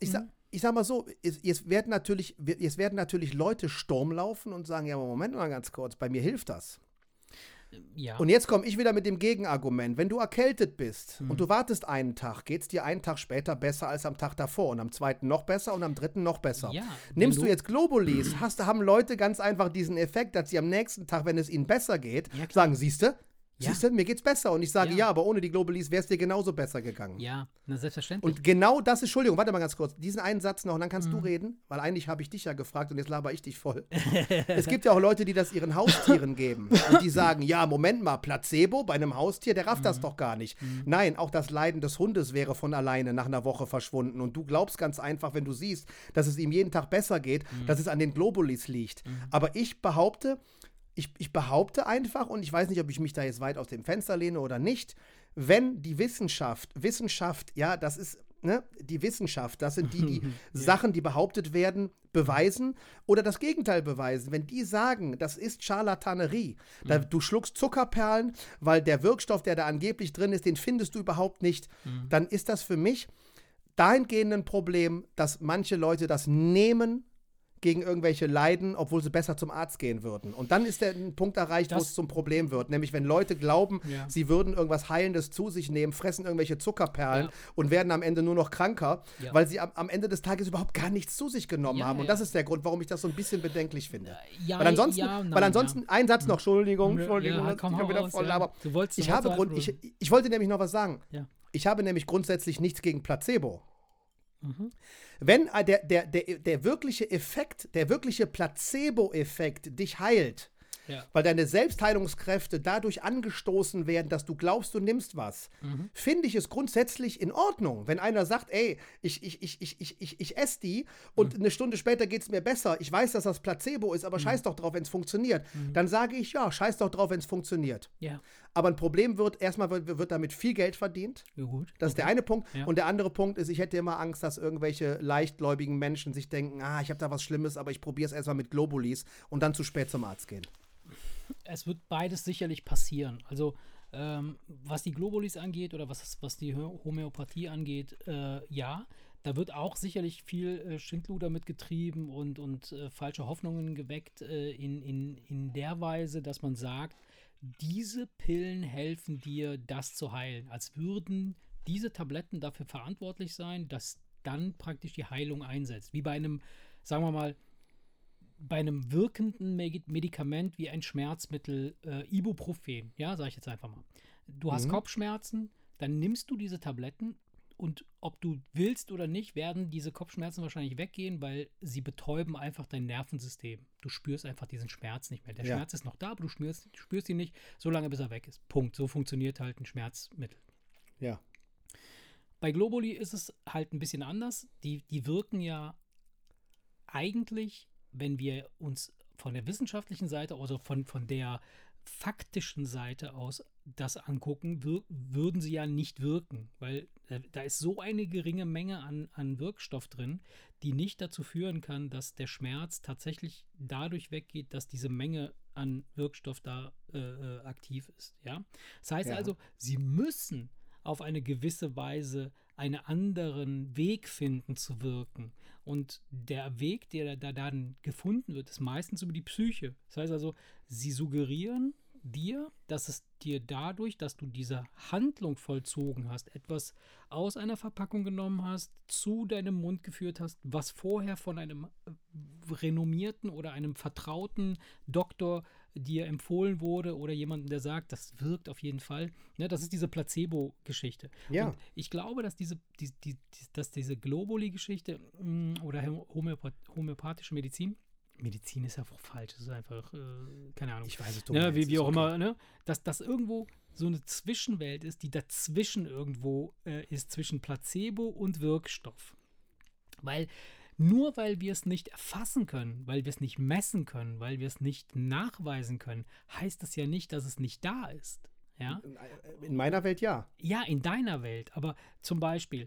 werden natürlich Leute Sturm laufen und sagen, ja, Moment mal ganz kurz, bei mir hilft das. Ja. Und jetzt komme ich wieder mit dem Gegenargument. Wenn du erkältet bist und du wartest einen Tag, geht es dir einen Tag später besser als am Tag davor und am zweiten noch besser und am dritten noch besser. Ja, Nimmst du jetzt Globulis, haben Leute ganz einfach diesen Effekt, dass sie am nächsten Tag, wenn es ihnen besser geht, sagen, siehste, mir geht's besser. Und ich sage, ja, aber ohne die Globulis wäre es dir genauso besser gegangen. Ja, na, selbstverständlich. Und genau das ist, Entschuldigung, warte mal ganz kurz, diesen einen Satz noch und dann kannst du reden, weil eigentlich habe ich dich ja gefragt und jetzt laber ich dich voll. Es gibt ja auch Leute, die das ihren Haustieren geben und die sagen, ja, Moment mal, Placebo bei einem Haustier, der rafft das doch gar nicht. Nein, auch das Leiden des Hundes wäre von alleine nach einer Woche verschwunden und du glaubst ganz einfach, wenn du siehst, dass es ihm jeden Tag besser geht, dass es an den Globulis liegt. Aber ich behaupte einfach, und ich weiß nicht, ob ich mich da jetzt weit aus dem Fenster lehne oder nicht, wenn die Wissenschaft, ja, das ist, ne, die Wissenschaft, das sind die Sachen, die behauptet werden, beweisen oder das Gegenteil beweisen. Wenn die sagen, das ist Scharlatanerie, du schluckst Zuckerperlen, weil der Wirkstoff, der da angeblich drin ist, den findest du überhaupt nicht, dann ist das für mich dahingehend ein Problem, dass manche Leute das nehmen, gegen irgendwelche Leiden, obwohl sie besser zum Arzt gehen würden. Und dann ist der Punkt erreicht, wo es zum Problem wird. Nämlich, wenn Leute glauben, sie würden irgendwas Heilendes zu sich nehmen, fressen irgendwelche Zuckerperlen und werden am Ende nur noch kranker, weil sie am Ende des Tages überhaupt gar nichts zu sich genommen haben. Und das ist der Grund, warum ich das so ein bisschen bedenklich finde. Weil ansonsten ein Satz noch, Entschuldigung, ich wieder voll, aber ich wollte nämlich noch was sagen. Ja. Ich habe nämlich grundsätzlich nichts gegen Placebo. Wenn der wirkliche Effekt, der wirkliche Placebo-Effekt dich heilt, weil deine Selbstheilungskräfte dadurch angestoßen werden, dass du glaubst, du nimmst was, finde ich es grundsätzlich in Ordnung. Wenn einer sagt, ey, ich esse die und eine Stunde später geht es mir besser, ich weiß, dass das Placebo ist, aber scheiß doch drauf, wenn es funktioniert, dann sage ich, ja, scheiß doch drauf, wenn es funktioniert. Ja. Aber ein Problem erstmal wird damit viel Geld verdient. Ja, gut. Das ist der eine Punkt. Ja. Und der andere Punkt ist, ich hätte immer Angst, dass irgendwelche leichtgläubigen Menschen sich denken, ich habe da was Schlimmes, aber ich probiere es erstmal mit Globulis und dann zu spät zum Arzt gehen. Es wird beides sicherlich passieren. Also, was die Globulis angeht oder was die Homöopathie angeht, ja. Da wird auch sicherlich viel Schindluder mitgetrieben und falsche Hoffnungen geweckt in der Weise, dass man sagt, diese Pillen helfen dir, das zu heilen. Als würden diese Tabletten dafür verantwortlich sein, dass dann praktisch die Heilung einsetzt. Wie bei einem, sagen wir mal, bei einem wirkenden Medikament wie ein Schmerzmittel, Ibuprofen, ja, sage ich jetzt einfach mal. Du hast Kopfschmerzen, dann nimmst du diese Tabletten und ob du willst oder nicht, werden diese Kopfschmerzen wahrscheinlich weggehen, weil sie betäuben einfach dein Nervensystem. Du spürst einfach diesen Schmerz nicht mehr. Der Schmerz ist noch da, aber du spürst ihn nicht, solange bis er weg ist. Punkt. So funktioniert halt ein Schmerzmittel. Ja. Bei Globuli ist es halt ein bisschen anders. Die wirken ja eigentlich, wenn wir uns von der wissenschaftlichen Seite, also von der faktischen Seite aus das angucken, würden sie ja nicht wirken, weil da ist so eine geringe Menge an Wirkstoff drin, die nicht dazu führen kann, dass der Schmerz tatsächlich dadurch weggeht, dass diese Menge an Wirkstoff da aktiv ist. Ja? Das heißt also, sie müssen auf eine gewisse Weise einen anderen Weg finden zu wirken. Und der Weg, der da dann gefunden wird, ist meistens über die Psyche. Das heißt also, sie suggerieren dir, dass es dir dadurch, dass du diese Handlung vollzogen hast, etwas aus einer Verpackung genommen hast, zu deinem Mund geführt hast, was vorher von einem renommierten oder einem vertrauten Doktor dir empfohlen wurde oder jemanden, der sagt, das wirkt auf jeden Fall. Ne, das ist diese Placebo-Geschichte. Ja. Und ich glaube, dass diese Globuli-Geschichte oder homöopathische Medizin ist ja auch falsch, das ist einfach, keine Ahnung. Ich weiß es, ne, wie auch immer, ne? Dass das irgendwo so eine Zwischenwelt ist, die dazwischen irgendwo ist, zwischen Placebo und Wirkstoff. Nur weil wir es nicht erfassen können, weil wir es nicht messen können, weil wir es nicht nachweisen können, heißt das ja nicht, dass es nicht da ist. Ja? In meiner Welt ja. Ja, in deiner Welt. Aber zum Beispiel,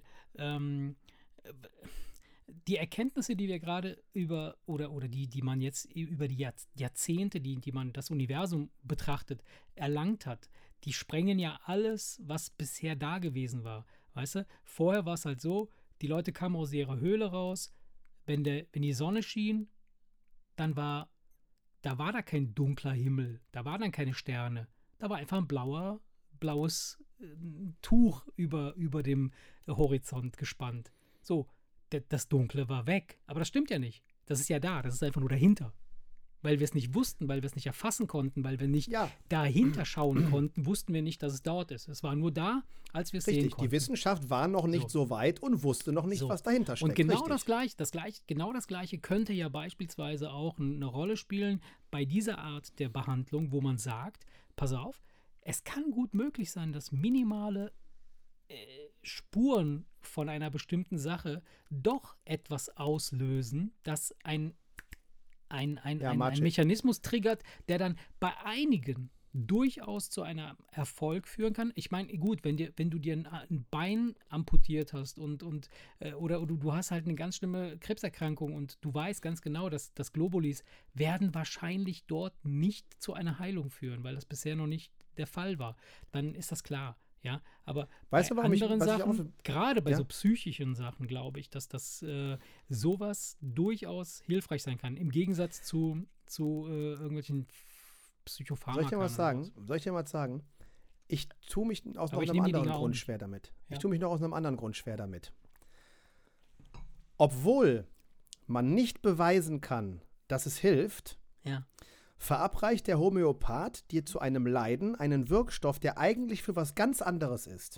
die Erkenntnisse, die wir gerade die man jetzt über die Jahrzehnte, die man das Universum betrachtet, erlangt hat, die sprengen ja alles, was bisher da gewesen war. Weißt du? Vorher war es halt so, die Leute kamen aus ihrer Höhle raus, wenn die Sonne schien, dann war da kein dunkler Himmel, da waren dann keine Sterne, da war einfach ein blaues Tuch über dem Horizont gespannt. So, das Dunkle war weg. Aber das stimmt ja nicht. Das ist ja da. Das ist einfach nur dahinter. Weil wir es nicht wussten, weil wir es nicht erfassen konnten, weil wir nicht dahinter schauen konnten, wussten wir nicht, dass es dort ist. Es war nur da, als wir es sehen konnten. Die Wissenschaft war noch nicht so weit und wusste noch nicht, was dahinter steckt. Und genau das Gleiche könnte ja beispielsweise auch eine Rolle spielen bei dieser Art der Behandlung, wo man sagt, pass auf, es kann gut möglich sein, dass minimale Spuren von einer bestimmten Sache doch etwas auslösen, das ein Mechanismus triggert, der dann bei einigen durchaus zu einem Erfolg führen kann. Ich meine, gut, wenn du dir ein Bein amputiert hast oder du hast halt eine ganz schlimme Krebserkrankung und du weißt ganz genau, dass Globulis werden wahrscheinlich dort nicht zu einer Heilung führen, weil das bisher noch nicht der Fall war, dann ist das klar. Ja, aber weißt du, bei anderen Sachen, gerade bei so psychischen Sachen, glaube ich, dass das sowas durchaus hilfreich sein kann. Im Gegensatz zu irgendwelchen Psychopharmaka. Soll ich dir mal sagen? Ich tue mich aus noch einem anderen Grund schwer damit. Ja. Ich tue mich noch aus einem anderen Grund schwer damit. Obwohl man nicht beweisen kann, dass es hilft, verabreicht der Homöopath dir zu einem Leiden einen Wirkstoff, der eigentlich für was ganz anderes ist.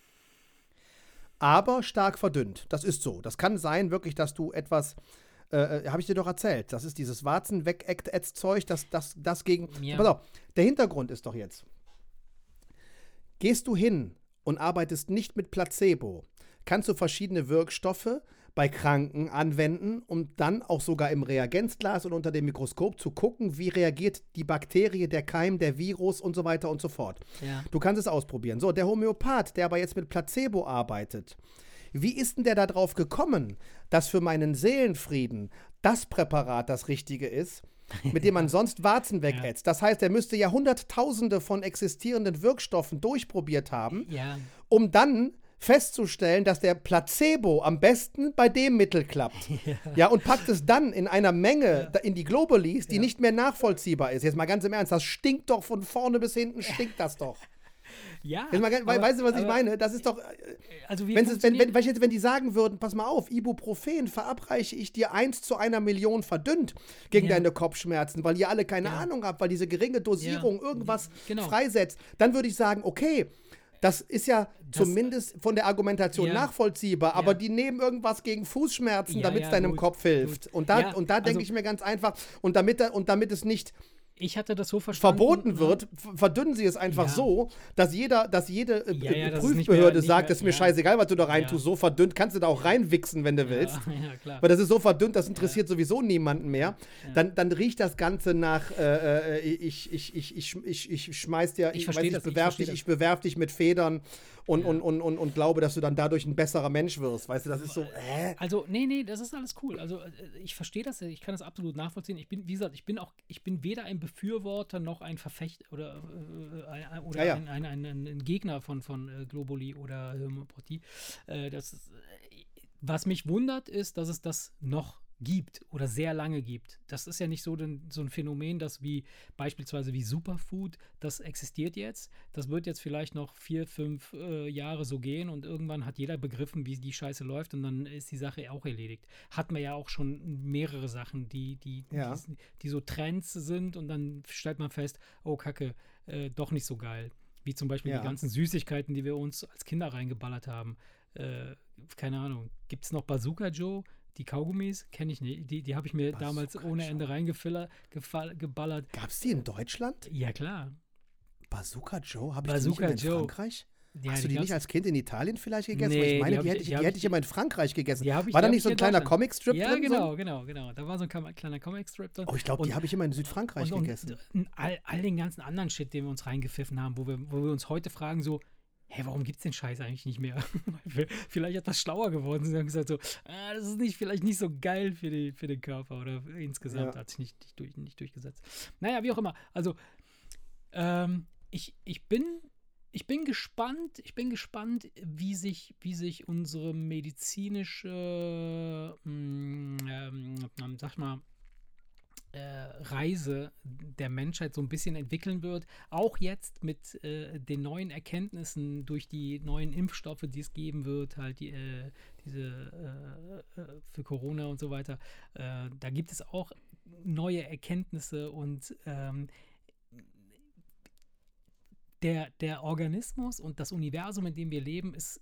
Aber stark verdünnt. Das ist so. Das kann sein, wirklich, dass du etwas, habe ich dir doch erzählt, das ist dieses Warzen-Weg-Zeug, das gegen. Ja. Pass auf, der Hintergrund ist doch jetzt. Gehst du hin und arbeitest nicht mit Placebo, kannst du verschiedene Wirkstoffe bei Kranken anwenden, um dann auch sogar im Reagenzglas und unter dem Mikroskop zu gucken, wie reagiert die Bakterie, der Keim, der Virus und so weiter und so fort. Ja. Du kannst es ausprobieren. So, der Homöopath, der aber jetzt mit Placebo arbeitet, wie ist denn der da drauf gekommen, dass für meinen Seelenfrieden das Präparat das Richtige ist, mit dem man sonst Warzen wegätzt? Das heißt, er müsste ja Hunderttausende von existierenden Wirkstoffen durchprobiert haben, um dann festzustellen, dass der Placebo am besten bei dem Mittel klappt. Ja, und packt es dann in einer Menge in die Globulis, die nicht mehr nachvollziehbar ist. Jetzt mal ganz im Ernst, das stinkt doch von vorne bis hinten, stinkt das doch. Ja, weißt du, was ich meine? Das ist doch, also wenn die sagen würden, pass mal auf, Ibuprofen verabreiche ich dir 1:1 Million verdünnt gegen deine Kopfschmerzen, weil ihr alle keine Ahnung habt, weil diese geringe Dosierung irgendwas freisetzt, dann würde ich sagen, okay, das ist ja zumindest von der Argumentation nachvollziehbar, aber die nehmen irgendwas gegen Fußschmerzen, damit es deinem Kopf hilft. Gut. Und da denke ich mir ganz einfach, und damit es nicht verboten wird, verdünnen sie es einfach so, dass jede Prüfbehörde sagt, es ist mir scheißegal, was du da rein tust, so verdünnt kannst du da auch reinwichsen, wenn du willst. Ja, klar. Weil das ist so verdünnt, das interessiert sowieso niemanden mehr. Ja. Dann riecht das Ganze nach ich schmeiß dir, ich bewerf dich mit Federn und glaube, dass du dann dadurch ein besserer Mensch wirst. Weißt du, das ist so, Also, nee, das ist alles cool. Also, ich verstehe das, ich kann das absolut nachvollziehen. Ich bin, wie gesagt, ich bin weder ein Befürworter noch ein Verfechter oder ein Gegner von Globuli oder Homöopathie. Was mich wundert, ist, dass es das noch gibt oder sehr lange gibt. Das ist ja nicht so ein Phänomen, das beispielsweise wie Superfood, das existiert jetzt. Das wird jetzt vielleicht noch 4-5 Jahre so gehen und irgendwann hat jeder begriffen, wie die Scheiße läuft und dann ist die Sache auch erledigt. Hatten wir ja auch schon mehrere Sachen, die so Trends sind und dann stellt man fest, oh Kacke, doch nicht so geil. Wie zum Beispiel die ganzen Süßigkeiten, die wir uns als Kinder reingeballert haben. Keine Ahnung. Gibt es noch Bazooka Joe? Die Kaugummis kenne ich nicht. Die habe ich mir damals ohne Ende geballert. Gab es die in Deutschland? Ja, klar. Bazooka Joe? Habe ich die nicht in Frankreich? Ja, hast du die nicht als Kind in Italien vielleicht gegessen? Nee, ich meine, die hätte ich immer in Frankreich gegessen. War da nicht so ein kleiner Comicstrip drin? Ja, genau. Da war so ein kleiner Comicstrip drin. Oh, ich glaube, die habe ich immer in Südfrankreich gegessen. Und all den ganzen anderen Shit, den wir uns reingepfiffen haben, wo wir uns heute fragen so, hey, warum gibt's den Scheiß eigentlich nicht mehr? Vielleicht etwas schlauer geworden sind und gesagt so, das ist vielleicht nicht so geil für den Körper oder insgesamt hat sich nicht durchgesetzt. Naja, wie auch immer. Also, ich bin gespannt, wie sich unsere medizinische, sag mal, Reise der Menschheit so ein bisschen entwickeln wird. Auch jetzt mit den neuen Erkenntnissen durch die neuen Impfstoffe, die es geben wird, halt diese für Corona und so weiter. Da gibt es auch neue Erkenntnisse und der Organismus und das Universum, in dem wir leben, ist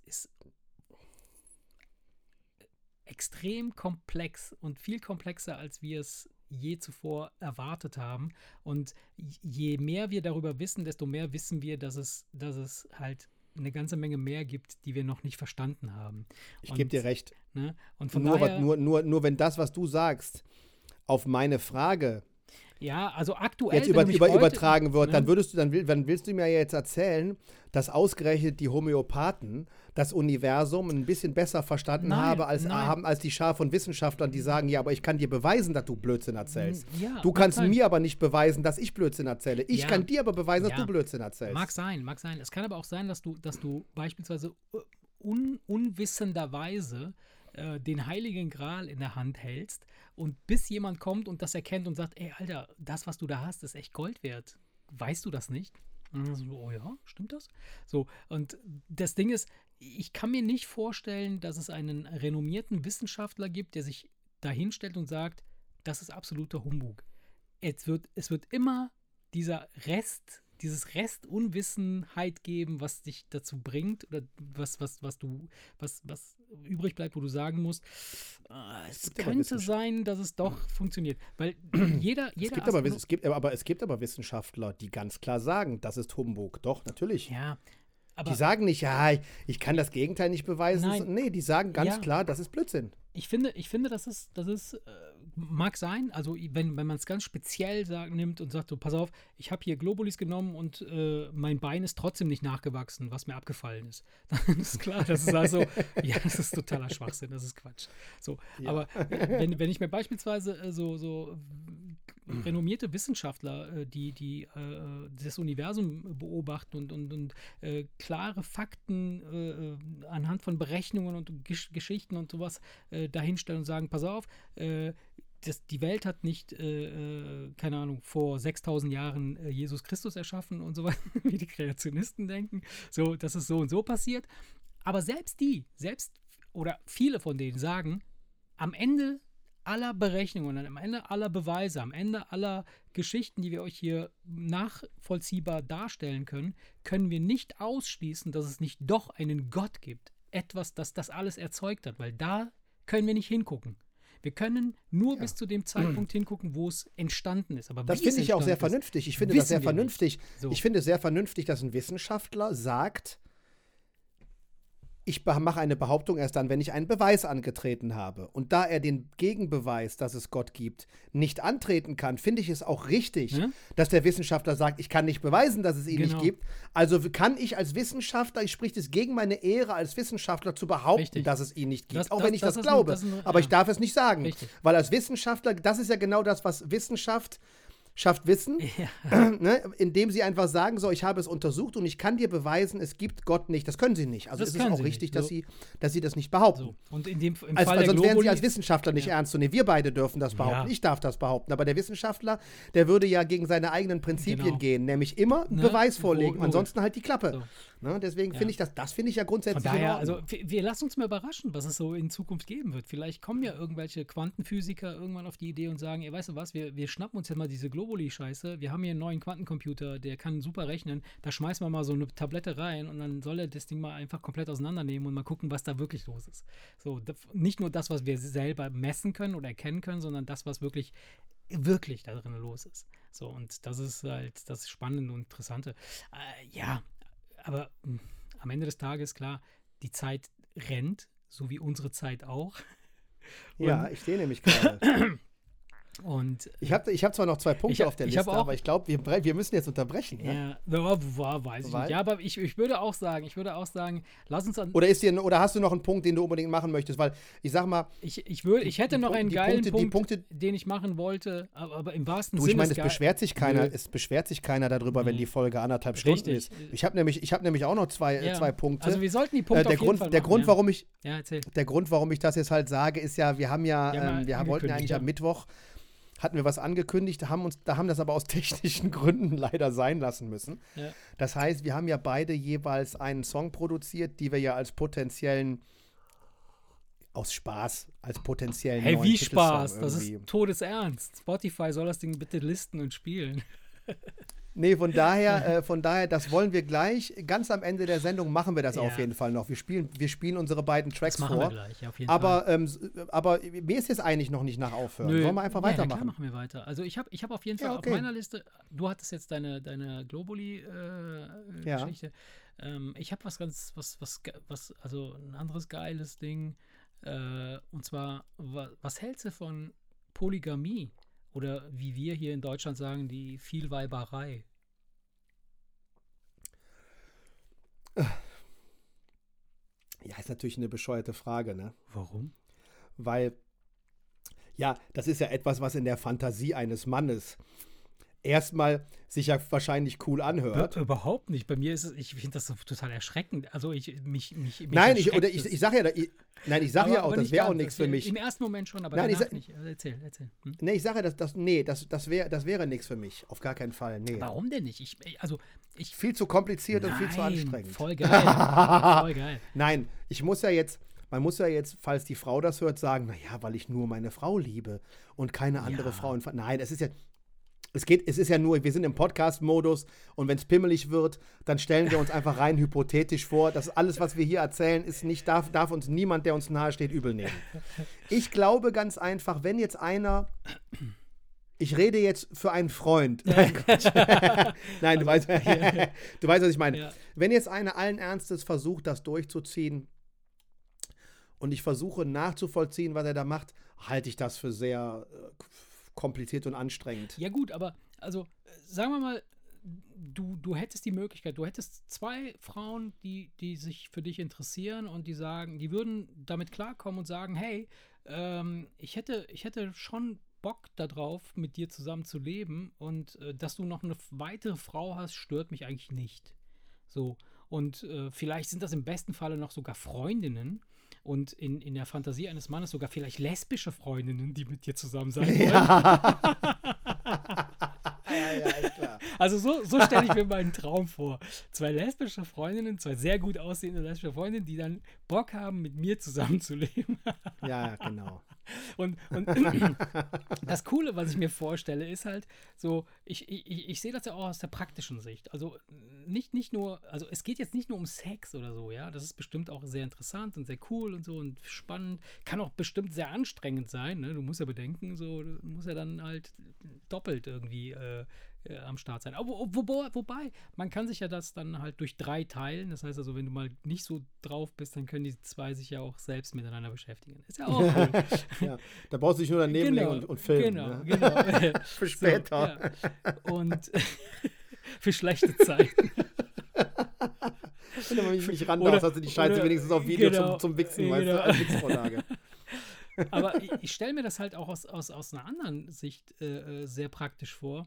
extrem komplex und viel komplexer, als wir es je zuvor erwartet haben. Und je mehr wir darüber wissen, desto mehr wissen wir, dass es halt eine ganze Menge mehr gibt, die wir noch nicht verstanden haben. Ich gebe dir recht. Ne? Und von daher, nur wenn das, was du sagst, auf meine Frage Ja, also aktuell, jetzt übertragen wird, dann willst du mir jetzt erzählen, dass ausgerechnet die Homöopathen das Universum ein bisschen besser verstanden haben als die Schar von Wissenschaftlern, die sagen, ja, aber ich kann dir beweisen, dass du Blödsinn erzählst. Ja, du kannst mir aber nicht beweisen, dass ich Blödsinn erzähle. Ich kann dir aber beweisen, dass du Blödsinn erzählst. Mag sein. Es kann aber auch sein, dass du beispielsweise unwissenderweise den Heiligen Gral in der Hand hältst und bis jemand kommt und das erkennt und sagt, ey, Alter, das, was du da hast, ist echt Gold wert. Weißt du das nicht? Und dann so, oh ja, stimmt das? So, und das Ding ist, ich kann mir nicht vorstellen, dass es einen renommierten Wissenschaftler gibt, der sich da hinstellt und sagt, das ist absoluter Humbug. Es wird immer dieses Restunwissenheit geben, was dich dazu bringt oder was übrig bleibt, wo du sagen musst, es könnte sein, dass es doch funktioniert. Weil es gibt aber Wissenschaftler, die ganz klar sagen, das ist Humbug. Doch, natürlich. Ja. Die sagen nicht, ja, ich kann das Gegenteil nicht beweisen. Nein. Nee, die sagen ganz klar, das ist Blödsinn. Ich finde, das ist mag sein, also wenn man es ganz speziell nimmt und sagt, so, pass auf, ich habe hier Globulis genommen und mein Bein ist trotzdem nicht nachgewachsen, was mir abgefallen ist. Dann ist klar, das ist also, ja, das ist totaler Schwachsinn, das ist Quatsch. So, ja. Aber wenn ich mir beispielsweise so renommierte Wissenschaftler, die das Universum beobachten und klare Fakten anhand von Berechnungen und Geschichten und sowas dahinstellen und sagen, pass auf, die Welt hat nicht, keine Ahnung, vor 6000 Jahren Jesus Christus erschaffen und so weiter, wie die Kreationisten denken. So, das ist so und so passiert. Aber selbst oder viele von denen sagen, am Ende aller Berechnungen, am Ende aller Beweise, am Ende aller Geschichten, die wir euch hier nachvollziehbar darstellen können, können wir nicht ausschließen, dass es nicht doch einen Gott gibt. Etwas, das das alles erzeugt hat, weil da können wir nicht hingucken. Wir können nur bis zu dem Zeitpunkt hingucken, wo es entstanden ist. Aber das finde ich auch sehr vernünftig. Ich finde das sehr vernünftig. So. Ich finde es sehr vernünftig, dass ein Wissenschaftler sagt, ich mache eine Behauptung erst dann, wenn ich einen Beweis angetreten habe. Und da er den Gegenbeweis, dass es Gott gibt, nicht antreten kann, finde ich es auch richtig, dass der Wissenschaftler sagt, ich kann nicht beweisen, dass es ihn nicht gibt. Also kann ich als Wissenschaftler, ich spricht es gegen meine Ehre als Wissenschaftler zu behaupten, dass es ihn nicht gibt. Auch wenn ich das glaube. Aber ich darf es nicht sagen. Richtig. Weil als Wissenschaftler, das ist ja genau das, was Wissenschaft schafft Wissen, ne, indem sie einfach sagen, so, ich habe es untersucht und ich kann dir beweisen, es gibt Gott nicht. Das können sie nicht. Also es ist auch richtig, dass sie das nicht behaupten. So. Und im Fall weil sonst wären sie als Wissenschaftler nicht ernst zu nehmen. Wir beide dürfen das behaupten. Ja. Ich darf das behaupten. Aber der Wissenschaftler, der würde ja gegen seine eigenen Prinzipien gehen, nämlich immer einen Beweis vorlegen, ansonsten halt die Klappe. So. Ne, deswegen finde ich das finde ich ja grundsätzlich Von daher, also wir lassen uns mal überraschen, was es so in Zukunft geben wird. Vielleicht kommen ja irgendwelche Quantenphysiker irgendwann auf die Idee und sagen, weißt du was, wir schnappen uns jetzt mal diese Globuli-Scheiße, wir haben hier einen neuen Quantencomputer, der kann super rechnen, da schmeißen wir mal so eine Tablette rein und dann soll er das Ding mal einfach komplett auseinandernehmen und mal gucken, was da wirklich los ist. So, nicht nur das, was wir selber messen können oder erkennen können, sondern das, was wirklich da drin los ist. So, und das ist halt das Spannende und Interessante. Aber am Ende des Tages, klar, die Zeit rennt, so wie unsere Zeit auch. Ja, ich sehe nämlich gerade. Und ich hab zwar noch 2 Punkte auf der Liste, aber ich glaube, wir müssen jetzt unterbrechen. Ja, weiß ich nicht. Ja, aber ich würde auch sagen, lass uns an. Oder hast du noch einen Punkt, den du unbedingt machen möchtest? Weil ich sag mal, ich hätte noch einen geilen Punkt, den ich machen wollte, aber im wahrsten Sinne. Ich meine, es beschwert sich keiner darüber, wenn die Folge 1,5 Stunden ist. Ich habe nämlich auch noch zwei Punkte. Also wir sollten die Punkte auf jeden Fall machen. Der Grund, warum ich das jetzt halt sage, ist ja, wir wollten ja eigentlich am Mittwoch hatten wir was angekündigt, haben das aber aus technischen Gründen leider sein lassen müssen. Ja. Das heißt, wir haben ja beide jeweils einen Song produziert, die wir ja als potenziellen neuen Hey, wie Spaß? Das ist todesernst. Spotify soll das Ding bitte listen und spielen. Nee, von daher, das wollen wir gleich. Ganz am Ende der Sendung machen wir das auf jeden Fall noch. Wir spielen unsere beiden Tracks vor. Das machen wir gleich, auf jeden Fall. Aber mir ist jetzt eigentlich noch nicht nicht nach Aufhören. Wollen wir einfach weitermachen? Ja, klar, machen wir weiter. Also ich hab auf jeden Fall auf meiner Liste, du hattest jetzt deine Globuli-Geschichte. Ich habe also ein anderes geiles Ding. Und zwar, was hältst du von Polygamie? Oder wie wir hier in Deutschland sagen, die Vielweiberei? Ja, ist natürlich eine bescheuerte Frage, ne? Warum? Weil, ja, das ist ja etwas, was in der Fantasie eines Mannes erstmal sich ja wahrscheinlich cool anhört. Überhaupt nicht. Bei mir ist es, ich finde das total erschreckend. Also nein, ich sage ja auch, das wäre auch nichts für mich. Im ersten Moment schon, aber nein, danach nicht. Erzähl. Hm? Nee, ich sage ja, das wäre nichts für mich. Auf gar keinen Fall, nee. Warum denn nicht? Viel zu kompliziert und viel zu anstrengend. Voll geil. Voll geil. Nein, man muss ja jetzt, falls die Frau das hört, sagen, naja, weil ich nur meine Frau liebe und keine andere Frau. Nein, es ist ja nur, wir sind im Podcast-Modus und wenn es pimmelig wird, dann stellen wir uns einfach rein hypothetisch vor, dass alles, was wir hier erzählen, darf uns niemand, der uns nahe steht, übel nehmen. Ich glaube ganz einfach, wenn jetzt ich rede jetzt für einen Freund. Nein, du weißt, was ich meine. Ja. Wenn jetzt einer allen Ernstes versucht, das durchzuziehen und ich versuche nachzuvollziehen, was er da macht, halte ich das für sehr kompliziert und anstrengend. Ja gut, aber also sagen wir mal, du hättest die Möglichkeit, du hättest 2 Frauen, die sich für dich interessieren und die sagen, die würden damit klarkommen und sagen, hey, ich hätte schon Bock darauf, mit dir zusammen zu leben und dass du noch eine weitere Frau hast, stört mich eigentlich nicht. So, und vielleicht sind das im besten Falle noch sogar Freundinnen und in der Fantasie eines Mannes sogar vielleicht lesbische Freundinnen, die mit dir zusammen sein wollen. Ja. Ja, klar. Also so stelle ich mir meinen Traum vor. 2 lesbische Freundinnen, 2 sehr gut aussehende lesbische Freundinnen, die dann Bock haben, mit mir zusammenzuleben. Ja, genau. Und das Coole, was ich mir vorstelle, ist halt so, ich sehe das ja auch aus der praktischen Sicht. Also nicht nur, also es geht jetzt nicht nur um Sex oder so, ja. Das ist bestimmt auch sehr interessant und sehr cool und so und spannend. Kann auch bestimmt sehr anstrengend sein, ne? Du musst ja bedenken, so, du musst ja dann halt doppelt irgendwie am Start sein. Aber wobei, man kann sich ja das dann halt durch 3 teilen. Das heißt also, wenn du mal nicht so drauf bist, dann können die 2 sich ja auch selbst miteinander beschäftigen. Ist ja auch cool. Ja, da brauchst du dich nur daneben legen und filmen. Genau. Für später. So, ja. Und für schlechte Zeiten. Wenn du mich randarfst, hast du die Scheiße wenigstens auf Video zum Wichsen, weißt du, als Wichsvorlage. Aber ich stelle mir das halt auch aus einer anderen Sicht sehr praktisch vor.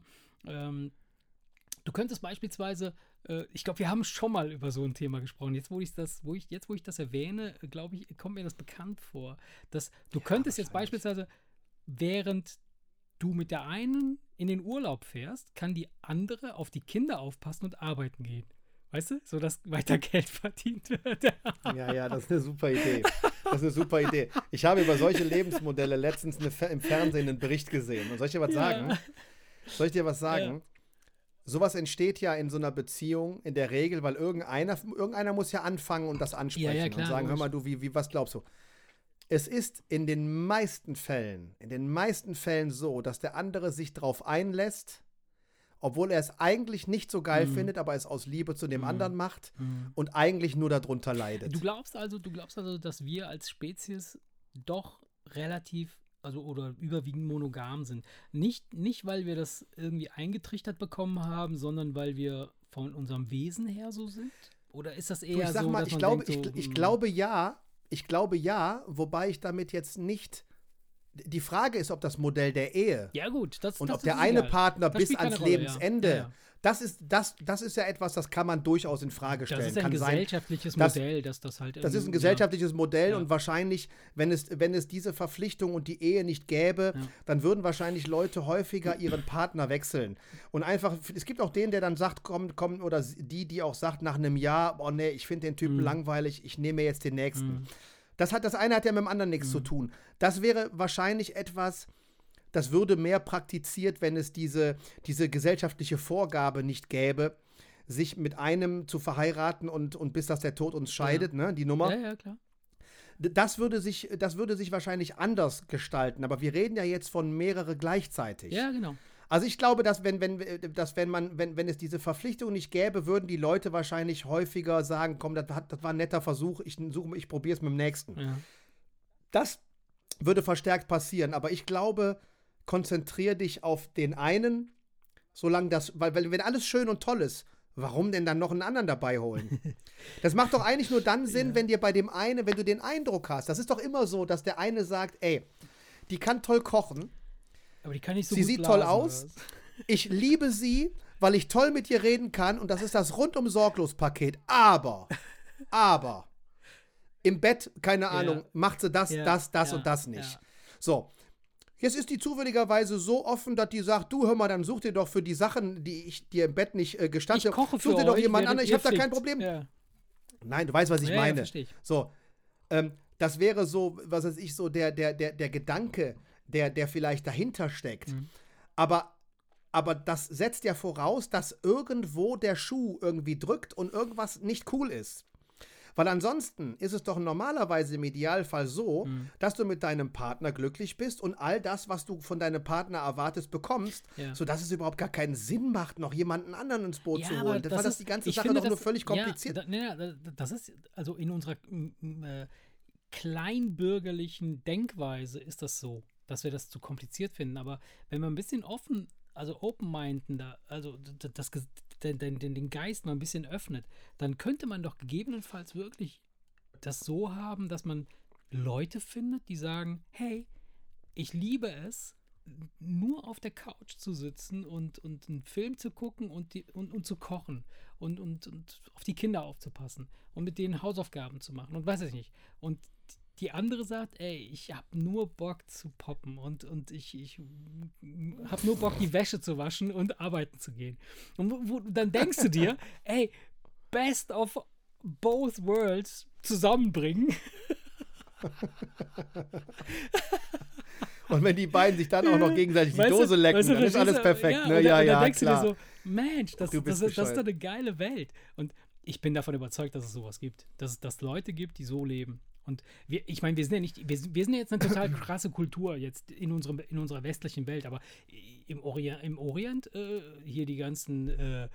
Du könntest beispielsweise, ich glaube, wir haben schon mal über so ein Thema gesprochen. Jetzt, wo ich das erwähne, glaube ich, kommt mir das bekannt vor. Dass du könntest jetzt beispielsweise, während du mit der einen in den Urlaub fährst, kann die andere auf die Kinder aufpassen und arbeiten gehen. Weißt du? So, dass weiter Geld verdient wird. Ja, das ist eine super Idee. Ich habe über solche Lebensmodelle letztens im Fernsehen einen Bericht gesehen. Und soll ich dir was sagen? Ja. Sowas entsteht ja in so einer Beziehung in der Regel, weil irgendeiner muss ja anfangen und das ansprechen klar, und sagen, hör mal, du, was glaubst du? Es ist in den meisten Fällen so, dass der andere sich drauf einlässt, obwohl er es eigentlich nicht so geil findet, aber es aus Liebe zu dem anderen macht und eigentlich nur darunter leidet. Du glaubst also, dass wir als Spezies doch relativ oder überwiegend monogam sind. Nicht, weil wir das irgendwie eingetrichtert bekommen haben, sondern weil wir von unserem Wesen her so sind? Oder ist das eher so, dass ich glaube ja, wobei ich damit jetzt nicht. Die Frage ist, ob das Modell der Ehe und ob der eine Partner bis ans Lebensende, ja. Das ist ja etwas, das kann man durchaus in Frage stellen. Das ist ein gesellschaftliches Modell, dass das halt. Das ist ein gesellschaftliches Modell und wahrscheinlich, wenn es diese Verpflichtung und die Ehe nicht gäbe, dann würden wahrscheinlich Leute häufiger ihren Partner wechseln. Und einfach, es gibt auch den, der dann sagt, komm, oder die auch sagt nach einem Jahr, oh nee, ich finde den Typen langweilig, ich nehme jetzt den nächsten. Das eine hat ja mit dem anderen nichts zu tun. Das wäre wahrscheinlich etwas, das würde mehr praktiziert, wenn es diese gesellschaftliche Vorgabe nicht gäbe, sich mit einem zu verheiraten und bis dass der Tod uns scheidet, ne, die Nummer. Ja, klar. Das würde sich wahrscheinlich anders gestalten, aber wir reden ja jetzt von mehrere gleichzeitig. Ja, genau. Also ich glaube, dass wenn es diese Verpflichtung nicht gäbe, würden die Leute wahrscheinlich häufiger sagen, komm, das war ein netter Versuch, ich probiere es mit dem nächsten. Ja. Das würde verstärkt passieren, aber ich glaube konzentriere dich auf den einen, solange das, weil wenn alles schön und toll ist, warum denn dann noch einen anderen dabei holen? Das macht doch eigentlich nur dann Sinn, wenn dir bei dem einen, wenn du den Eindruck hast, das ist doch immer so, dass der eine sagt, ey, die kann toll kochen, aber die kann nicht so sie gut sieht blasen, toll aus, ich liebe sie, weil ich toll mit ihr reden kann und das ist das rundum sorglos Paket, aber im Bett, keine Ahnung, macht sie das und das nicht. Ja. So, jetzt ist die zufälligerweise so offen, dass die sagt, du, hör mal, dann such dir doch für die Sachen, die ich dir im Bett nicht gestatte, ich koche für such dir doch euch, jemand anderen, ich habe da kein fickt. Problem. Ja. Nein, du weißt, was ich meine. Ja, verstehe ich. So, das wäre so, was weiß ich, so der Gedanke, der vielleicht dahinter steckt. Aber das setzt ja voraus, dass irgendwo der Schuh irgendwie drückt und irgendwas nicht cool ist. Weil ansonsten ist es doch normalerweise im Idealfall so, dass du mit deinem Partner glücklich bist und all das, was du von deinem Partner erwartest, bekommst, sodass es überhaupt gar keinen Sinn macht, noch jemanden anderen ins Boot zu holen. Weil das die ganze Sache doch nur völlig kompliziert. Das ist, also in unserer kleinbürgerlichen Denkweise ist das so, dass wir das zu kompliziert finden. Aber wenn wir ein bisschen open-mindender, also den Geist mal ein bisschen öffnet, dann könnte man doch gegebenenfalls wirklich das so haben, dass man Leute findet, die sagen, hey, ich liebe es, nur auf der Couch zu sitzen und einen Film zu gucken und zu kochen und auf die Kinder aufzupassen und mit denen Hausaufgaben zu machen und weiß ich nicht. Und die andere sagt, ey, ich habe nur Bock zu poppen und ich habe nur Bock, die Wäsche zu waschen und arbeiten zu gehen. Und dann denkst du dir, ey, best of both worlds zusammenbringen. Und wenn die beiden sich dann auch noch gegenseitig die Dose lecken, dann ist alles perfekt. Ja, ne? Und dann denkst klar. du dir so, Mensch, das ist doch bescheuert. eine geile Welt. Und ich bin davon überzeugt, dass es sowas gibt. Dass es das Leute gibt, die so leben. Und ich meine, wir sind ja jetzt eine total krasse Kultur jetzt in unserer westlichen Welt, aber im Orient hier die ganzen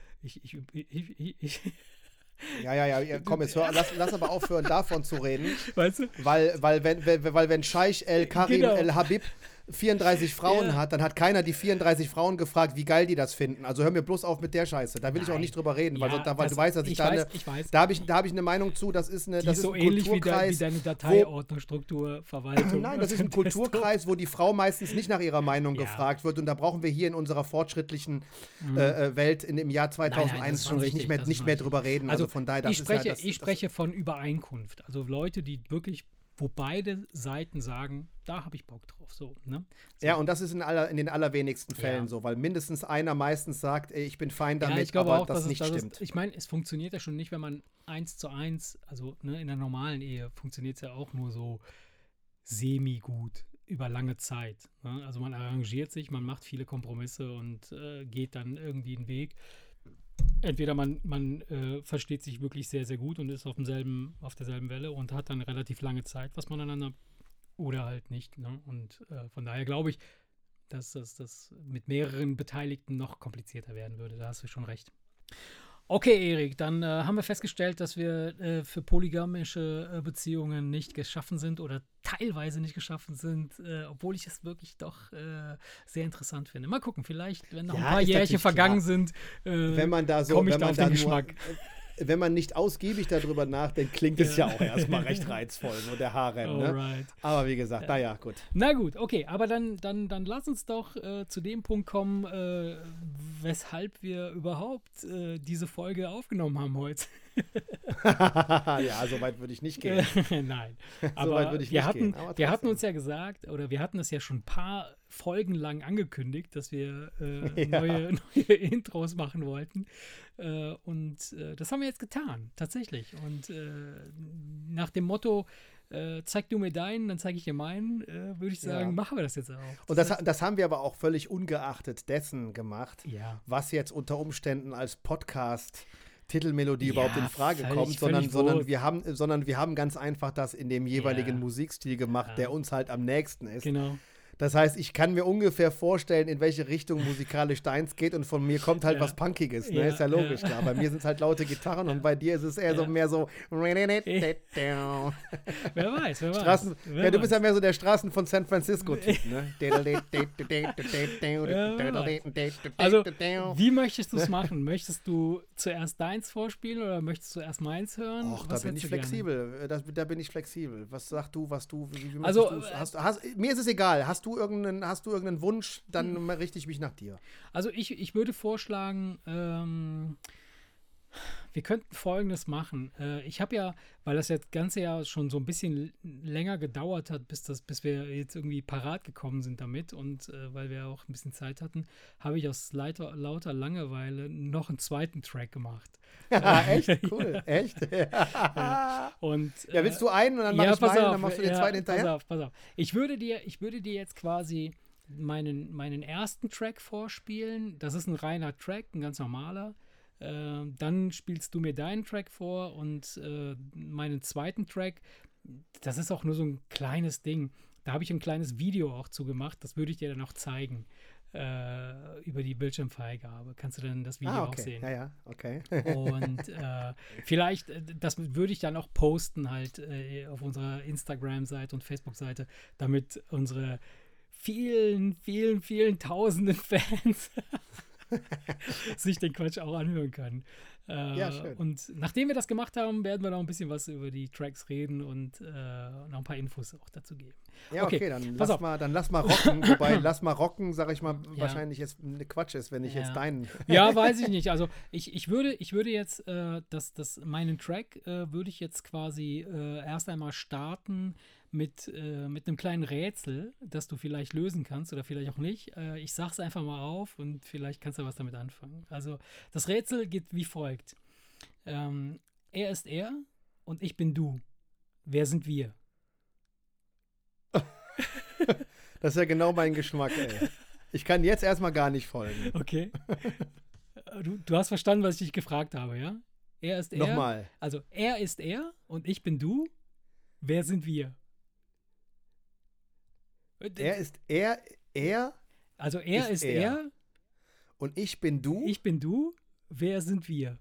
Ja, komm, jetzt lass aber aufhören, davon zu reden. Weißt du? Weil wenn Scheich El-Karim Genau. El-Habib 34 Frauen hat, dann hat keiner die 34 Frauen gefragt, wie geil die das finden. Also hör mir bloß auf mit der Scheiße. Da will ich auch nicht drüber reden, weil du weißt, dass ich da habe ich eine Meinung zu, das ist ein Kulturkreis. Wie deine Dateiordnerstruktur Verwaltung. Nein, das ist ein Kulturkreis, wo die Frau meistens nicht nach ihrer Meinung gefragt wird und da brauchen wir hier in unserer fortschrittlichen Welt im Jahr 2021 nicht mehr drüber reden. Also von daher, ich spreche von Übereinkunft. Also Leute, die wirklich, wo beide Seiten sagen, da habe ich Bock drauf. So, ne? So. Ja, und das ist in den allerwenigsten Fällen so, weil mindestens einer meistens sagt, ey, ich bin fein damit, ich glaube aber auch, das nicht stimmt. Ich meine, es funktioniert ja schon nicht, wenn man 1:1, also ne, in einer normalen Ehe funktioniert es ja auch nur so semi-gut über lange Zeit. Ne? Also man arrangiert sich, man macht viele Kompromisse und geht dann irgendwie einen Weg. Entweder man versteht sich wirklich sehr, sehr gut und ist auf derselben Welle und hat dann relativ lange Zeit, was man einander, oder halt nicht. Ne? Und von daher glaube ich, dass das mit mehreren Beteiligten noch komplizierter werden würde. Da hast du schon recht. Okay, Erik, dann haben wir festgestellt, dass wir für polygamische Beziehungen nicht geschaffen sind oder teilweise nicht geschaffen sind, obwohl ich es wirklich doch sehr interessant finde. Mal gucken, vielleicht, wenn noch ein paar Jährchen vergangen sind, komme ich da auf den Geschmack. Wenn man nicht ausgiebig darüber nachdenkt, klingt es ja auch erstmal recht reizvoll, so der Harem. Ne? Aber wie gesagt, naja, gut. Na gut, okay, aber dann lass uns doch zu dem Punkt kommen, weshalb wir überhaupt diese Folge aufgenommen haben heute. Ja, so weit würde ich nicht gehen. Nein, aber wir hatten uns ja gesagt, oder wir hatten es ja schon ein paar Folgen lang angekündigt, dass wir neue Intros machen wollten. Und das haben wir jetzt getan, tatsächlich. Und nach dem Motto, zeig du mir deinen, dann zeige ich dir meinen, würde ich sagen, machen wir das jetzt auch. Und das haben wir aber auch völlig ungeachtet dessen gemacht, was jetzt unter Umständen als Podcast Titelmelodie überhaupt in Frage kommt, sondern wir haben ganz einfach das in dem jeweiligen Musikstil gemacht, der uns halt am nächsten ist. Genau. Das heißt, ich kann mir ungefähr vorstellen, in welche Richtung musikalisch deins geht und von mir kommt halt was Punkiges, ne? Ist ja logisch, klar. Bei mir sind es halt laute Gitarren und bei dir ist es eher so mehr so Wer weiß. du bist ja mehr so der Straßen von San Francisco-Typ, ne? Also, wie möchtest du es machen? Möchtest du zuerst deins vorspielen oder möchtest du erst meins hören? Och, da bin ich flexibel. Da bin ich flexibel. Was sagst du, wie also, mir ist es egal. Hast du irgendeinen Wunsch, dann richte ich mich nach dir. Also ich würde vorschlagen, wir könnten Folgendes machen. Ich habe ja, weil das jetzt ganze Jahr schon so ein bisschen länger gedauert hat, bis wir jetzt irgendwie parat gekommen sind damit und weil wir auch ein bisschen Zeit hatten, habe ich aus lauter Langeweile noch einen zweiten Track gemacht. Echt? Cool. Echt? Und, willst du einen und dann mach ich meinen und dann machst du den zweiten hinterher? Pass auf. Ich würde dir jetzt quasi meinen ersten Track vorspielen. Das ist ein reiner Track, ein ganz normaler. Dann spielst du mir deinen Track vor und meinen zweiten Track, das ist auch nur so ein kleines Ding. Da habe ich ein kleines Video auch zu gemacht, das würde ich dir dann auch zeigen über die Bildschirmfreigabe. Kannst du dann das Video auch sehen. Ja, okay. Und vielleicht, das würde ich dann auch posten halt auf unserer Instagram-Seite und Facebook-Seite, damit unsere vielen, vielen, vielen tausenden Fans sich den Quatsch auch anhören können. Schön. Und nachdem wir das gemacht haben, werden wir noch ein bisschen was über die Tracks reden und noch ein paar Infos auch dazu geben. Ja, okay, dann lass mal rocken. Wobei, lass mal rocken, sag ich mal, wahrscheinlich jetzt eine Quatsch ist, wenn ich jetzt deinen... Ja, weiß ich nicht. Also ich würde jetzt meinen Track würde ich jetzt quasi erst einmal starten mit einem kleinen Rätsel, das du vielleicht lösen kannst oder vielleicht auch nicht. Ich sag's einfach mal auf und vielleicht kannst du was damit anfangen. Also das Rätsel geht wie folgt. Er ist er und ich bin du. Wer sind wir? Das ist ja genau mein Geschmack, ey. Ich kann jetzt erstmal gar nicht folgen. Okay. Du hast verstanden, was ich dich gefragt habe, ja? Er ist er. Nochmal. Also er ist er und ich bin du. Wer sind wir? Er ist er. Also er ist er. Und ich bin du. Ich bin du. Wer sind wir?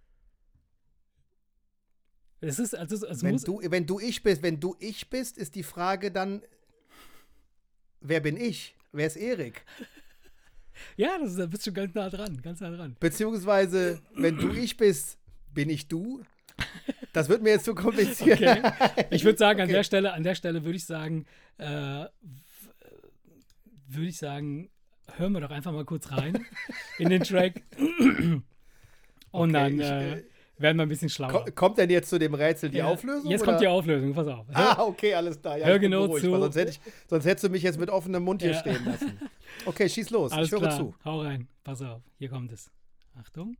Es ist, wenn du ich bist, ist die Frage dann, wer bin ich? Wer ist Erik? Ja, da bist du ganz nah dran. Beziehungsweise, wenn du ich bist, bin ich du? Das wird mir jetzt zu kompliziert. Okay. Ich würde sagen, an der Stelle würde ich sagen, hören wir doch einfach mal kurz rein in den Track. Und dann werden wir ein bisschen schlauer. Kommt denn jetzt zu dem Rätsel die Auflösung? Jetzt kommt die Auflösung, pass auf. Okay, alles klar. Ja, hör genau zu. Sonst hättest du mich jetzt mit offenem Mund hier stehen lassen. Okay, schieß los. Alles ich höre klar. zu. Hau rein. Pass auf. Hier kommt es. Achtung.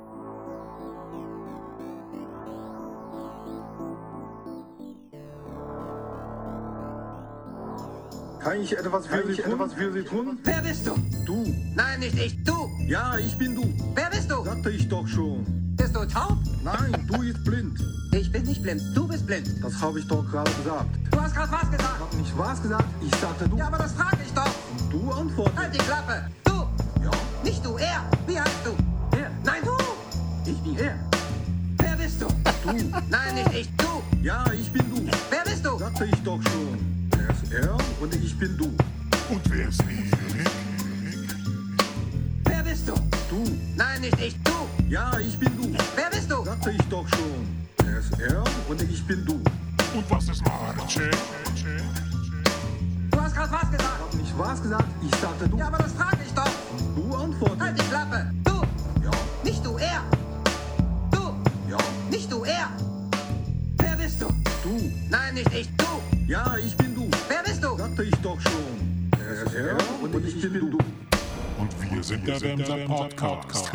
Kann ich etwas für Sie tun? Wer bist du? Du. Nein, nicht ich. Du. Ja, ich bin du. Wer bist du? Sagte ich doch schon. Bist du taub? Nein, du bist blind. Ich bin nicht blind. Du bist blind. Das habe ich doch gerade gesagt. Du hast gerade was Ich gesagt. habe nicht was gesagt, ich sagte du. Ja, aber das frage ich doch. Und du antwortest. Halt die Klappe. Du. Ja, Nicht du, er. Wie heißt du? er. Nein, du. Ich bin er. Wer bist du? Du. Nein, nicht ich. Du. Ja, ich bin du. Wer bist du? Sagte ich doch schon. Er ist er und ich bin du. Und wer ist Erik? Wer bist du? Du. Nein, nicht ich. Du. Ja, ich bin du. Wer bist du? Sagte ich doch schon. Er ist er und ich bin du. Und was ist Arche? Du hast gerade was Ich gesagt. habe nicht was gesagt, ich sagte du. Ja, aber das frage ich doch. Und du antwortest. Halt die Klappe. Du. Ja, Nicht du, er. Du. ja. Nicht du, er. Wer bist du? Du. Nein, nicht ich. Du. Ja, ich bin du. Wer bist du? Sagte ich doch schon. Er ist er und ich bin du. Und wir sind der Wemser Podcast.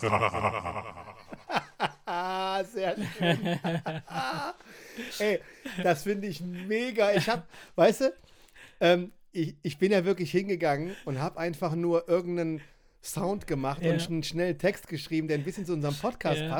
Sehr schön. Ey, das finde ich mega. Weißt du, ich bin ja wirklich hingegangen und habe einfach nur irgendeinen Sound gemacht und einen schnellen Text geschrieben, der ein bisschen zu unserem Podcast passt.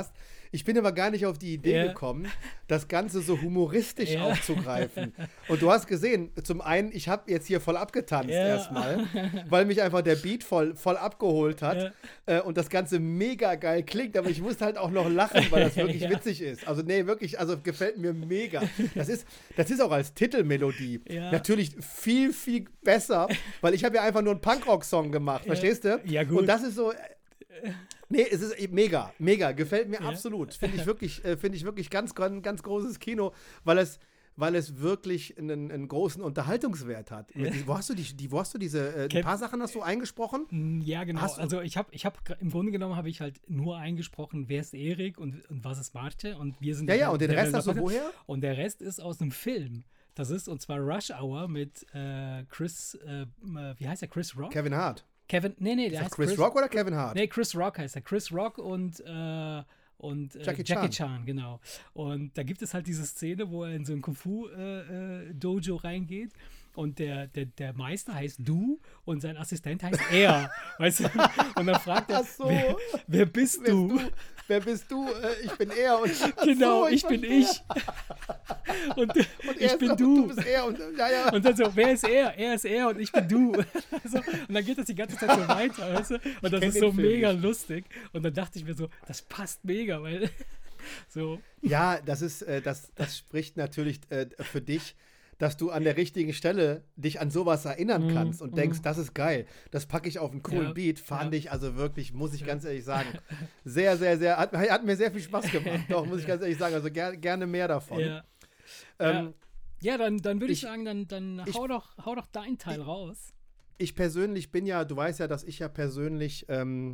Ich bin aber gar nicht auf die Idee gekommen, das Ganze so humoristisch aufzugreifen. Und du hast gesehen, zum einen, ich habe jetzt hier voll abgetanzt erstmal, weil mich einfach der Beat voll abgeholt hat und das Ganze mega geil klingt, aber ich musste halt auch noch lachen, weil das wirklich witzig ist. Also nee, wirklich, also gefällt mir mega. Das ist auch als Titelmelodie natürlich viel, viel besser, weil ich habe ja einfach nur einen Punkrock-Song gemacht, verstehst du? Ja, gut. Und das ist so... Nee, es ist mega, gefällt mir absolut. Finde ich wirklich ganz großes Kino, weil es wirklich einen großen Unterhaltungswert hat. Wo hast du diese, ein paar Sachen hast du eingesprochen? Ja, genau. Also ich habe im Grunde genommen habe ich halt nur eingesprochen, wer ist Erik und was ist Marte und wir sind... Ja, und den Rest hast du woher? Und der Rest ist aus einem Film. Das ist, und zwar Rush Hour mit Chris, wie heißt er, Chris Rock? Kevin Hart. Der heißt Chris Rock oder Kevin Hart? Nee, Chris Rock heißt er. Chris Rock und Jackie Chan, genau. Und da gibt es halt diese Szene, wo er in so ein Kung-Fu-Dojo reingeht und der Meister heißt Du und sein Assistent heißt Er. Weißt du? Und dann fragt er, wer bist du? Wer bist du? Ich bin er. Und, genau, ich bin ich. Und ich bin du. Du bist er. Und dann so, wer ist er? Er ist er und ich bin du. Also, und dann geht das die ganze Zeit so weiter. Weißt du? Und das ist so mega lustig. Und dann dachte ich mir so, das passt mega, weil so. Ja, das spricht natürlich für dich, dass du an der richtigen Stelle dich an sowas erinnern kannst und denkst, das ist geil. Das packe ich auf einen coolen Beat. Fand ich also wirklich, muss ich ganz ehrlich sagen, sehr, sehr, sehr, hat mir sehr viel Spaß gemacht. Doch, muss ich ganz ehrlich sagen. Also gerne mehr davon. Ja, dann würde ich sagen, dann hau doch deinen Teil raus. Ich persönlich bin ja, du weißt ja, dass ich ja persönlich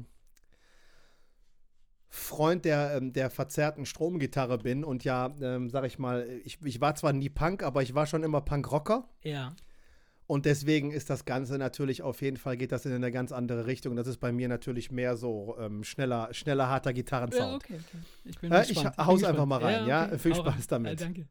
Freund der verzerrten Stromgitarre bin und ja, sag ich mal, ich war zwar nie Punk, aber ich war schon immer Punkrocker. Ja. Und deswegen ist das Ganze natürlich auf jeden Fall, geht das in eine ganz andere Richtung. Das ist bei mir natürlich mehr so schneller, harter Gitarrensound. Ja, okay. Ich bin gespannt. Ich hau's einfach mal rein, ja? Okay. Viel Spaß damit. Danke.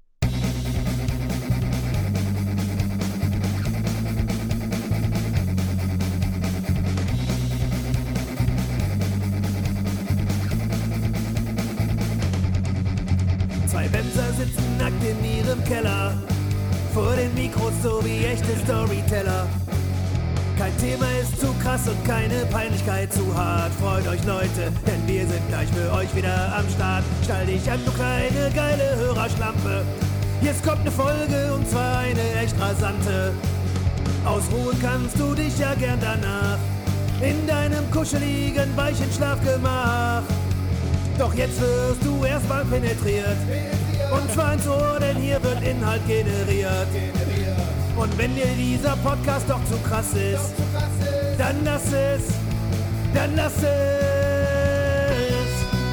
Zwei Bemser sitzen nackt in ihrem Keller, vor den Mikros so wie echte Storyteller. Kein Thema ist zu krass und keine Peinlichkeit zu hart. Freut euch Leute, denn wir sind gleich für euch wieder am Start. Stell dich an, du kleine geile Hörerschlampe. Jetzt kommt eine Folge und zwar eine echt rasante. Ausruhen kannst du dich ja gern danach, in deinem kuscheligen, weichen Schlafgemach. Doch jetzt wirst du erstmal penetriert und zwar ins Ohr, denn hier wird Inhalt generiert. Und wenn dir dieser Podcast doch zu krass ist, dann lass es, dann lass es.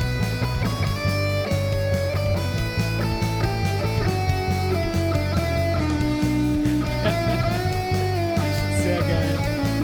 Sehr geil.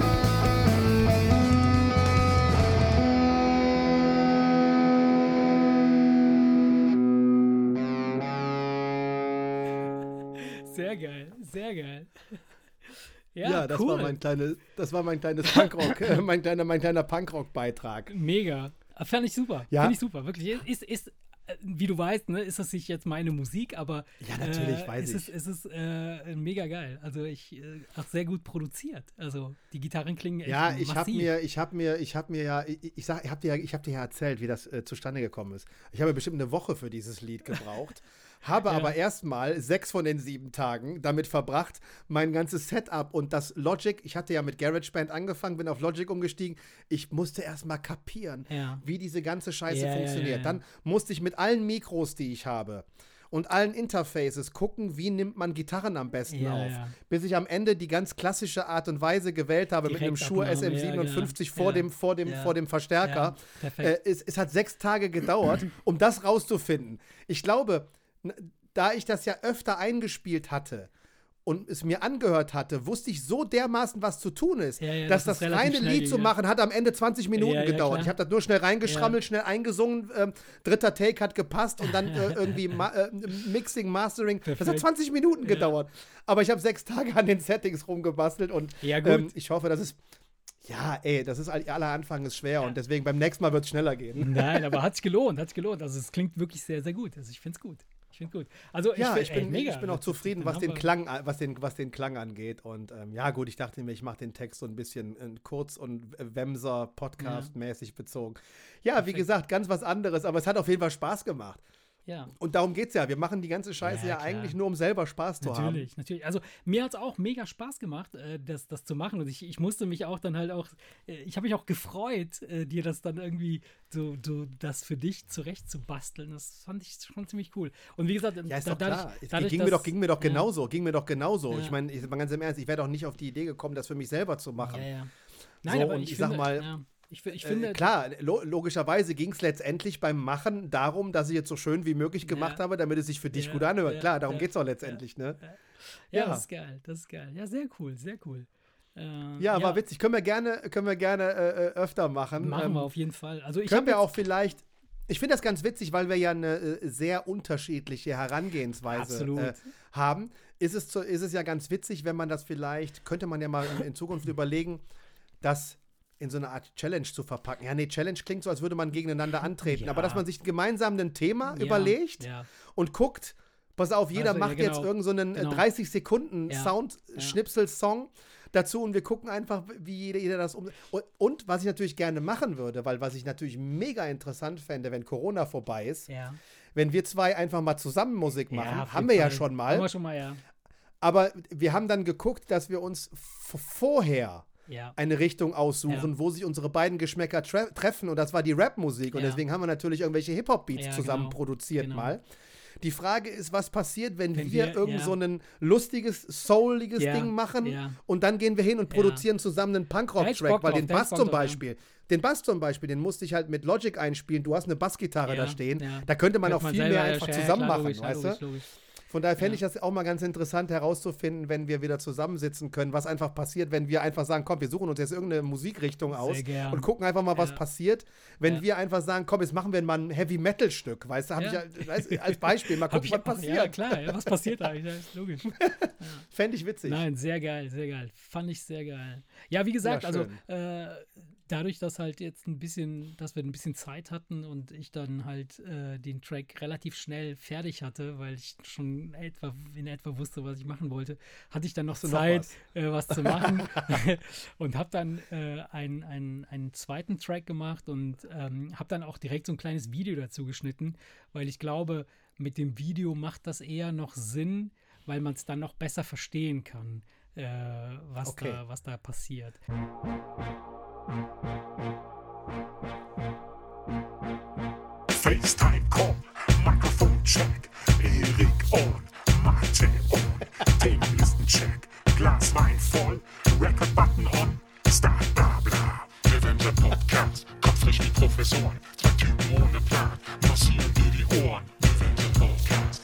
Sehr geil, sehr geil. Ja, das cool. war mein kleines Punkrock, mein kleiner Punkrock-Beitrag. Mega. Fand ich super. Ja. Finde ich super, wirklich. Ist, wie du weißt, ne, ist das nicht jetzt meine Musik, aber ja, natürlich weiß ich. Es ist mega geil. Also auch sehr gut produziert. Also die Gitarren klingen echt massiv. Ich habe dir ja erzählt, wie das zustande gekommen ist. Ich habe bestimmt eine Woche für dieses Lied gebraucht. Habe aber erstmal 6 von den 7 Tagen damit verbracht, mein ganzes Setup und das Logic, ich hatte ja mit GarageBand angefangen, bin auf Logic umgestiegen, ich musste erstmal kapieren, wie diese ganze Scheiße funktioniert. Dann musste ich mit allen Mikros, die ich habe und allen Interfaces gucken, wie nimmt man Gitarren am besten auf. Bis ich am Ende die ganz klassische Art und Weise gewählt habe mit einem Shure SM57 vor dem Verstärker. Es hat 6 Tage gedauert, um das rauszufinden. Ich glaube, da ich das ja öfter eingespielt hatte und es mir angehört hatte, wusste ich so dermaßen, was zu tun ist, dass das reine Lied zu machen, hat am Ende 20 Minuten gedauert. Klar. Ich habe das nur schnell reingeschrammelt, schnell eingesungen, dritter Take hat gepasst und dann irgendwie Mixing, Mastering. Perfekt. Das hat 20 Minuten gedauert. Aber ich habe 6 Tage an den Settings rumgebastelt und ich hoffe, dass es Ja, ey, das ist aller Anfang ist schwer und deswegen beim nächsten Mal wird es schneller gehen. Nein, aber hat sich gelohnt. Also es klingt wirklich sehr, sehr gut. Also ich finde es gut. Also ich bin auch zufrieden, was den Klang angeht. Und ja gut, ich dachte mir, ich mache den Text so ein bisschen kurz und Wemser Podcast-mäßig bezogen. Ja, perfekt. Wie gesagt, ganz was anderes, aber es hat auf jeden Fall Spaß gemacht. Ja. Und darum geht's ja. Wir machen die ganze Scheiße ja eigentlich nur, um selber Spaß zu haben. Natürlich. Also mir hat es auch mega Spaß gemacht, das zu machen. Und ich musste mich auch dann halt auch, ich habe mich auch gefreut, dir das dann irgendwie so das für dich zurecht zu basteln. Das fand ich schon ziemlich cool. Und wie gesagt, ja, ist doch klar. Ging mir doch genauso. Ja. Ich meine, ganz im Ernst, ich wäre doch nicht auf die Idee gekommen, das für mich selber zu machen. Ja. Nein, so, aber und ich sag mal. Ja. Ich finde, klar, logischerweise ging es letztendlich beim Machen darum, dass ich jetzt so schön wie möglich gemacht habe, damit es sich für dich gut anhört. Klar, darum geht es auch letztendlich, ne? Ja, das ist geil. Ja, sehr cool. War witzig. Können wir gerne öfter machen. Machen wir auf jeden Fall. Also können wir auch vielleicht, ich finde das ganz witzig, weil wir ja eine sehr unterschiedliche Herangehensweise haben. Ist es ja ganz witzig, wenn man das vielleicht, könnte man ja mal in Zukunft überlegen, das in so eine Art Challenge zu verpacken. Ja, nee, Challenge klingt so, als würde man gegeneinander antreten. Aber dass man sich gemeinsam ein Thema überlegt und guckt, pass auf, jeder macht jetzt irgend so einen 30-Sekunden-Sound-Schnipsel-Song dazu und wir gucken einfach, wie jeder das und was ich natürlich gerne machen würde, weil was ich natürlich mega interessant fände, wenn Corona vorbei ist, wenn wir zwei einfach mal zusammen Musik machen, haben wir ja schon mal. Haben wir schon mal, ja. Aber wir haben dann geguckt, dass wir uns vorher eine Richtung aussuchen, wo sich unsere beiden Geschmäcker treffen und das war die Rap-Musik und deswegen haben wir natürlich irgendwelche Hip-Hop-Beats zusammen produziert mal. Die Frage ist, was passiert, wenn wir irgend so ein lustiges, souliges Ding machen und dann gehen wir hin und produzieren zusammen einen Punkrock-Track, weil den Bass zum Beispiel, den musste ich halt mit Logic einspielen, du hast eine Bassgitarre da stehen, da könnte man auch viel mehr einfach zusammen machen, weißt du? Logisch. Von daher fände ich das auch mal ganz interessant herauszufinden, wenn wir wieder zusammensitzen können, was einfach passiert, wenn wir einfach sagen, komm, wir suchen uns jetzt irgendeine Musikrichtung aus und gucken einfach mal, was passiert. Wenn wir einfach sagen, komm, jetzt machen wir mal ein Heavy-Metal-Stück, weißt du, als Beispiel, mal gucken, was passiert. Ja, klar, was passiert da? Ja, ist logisch. Fände ich witzig. Nein, sehr geil. Fand ich sehr geil. Ja, wie gesagt, also dadurch, dass halt jetzt dass wir ein bisschen Zeit hatten und ich dann halt den Track relativ schnell fertig hatte, weil ich schon in etwa wusste, was ich machen wollte, hatte ich dann noch Zeit, was zu machen und habe dann einen zweiten Track gemacht und habe dann auch direkt so ein kleines Video dazu geschnitten, weil ich glaube, mit dem Video macht das eher noch Sinn, weil man es dann noch besser verstehen kann, was da passiert. FaceTime Call, Mikrofon check, Erik on, Mate on, Themenlisten-Check, Glas Wein voll, Record-Button on, Start bla bla. Avenger Podcast, Kopf frisch wie Professoren, zwei Typen ohne Plan, massieren dir die Ohren. Avenger Podcast,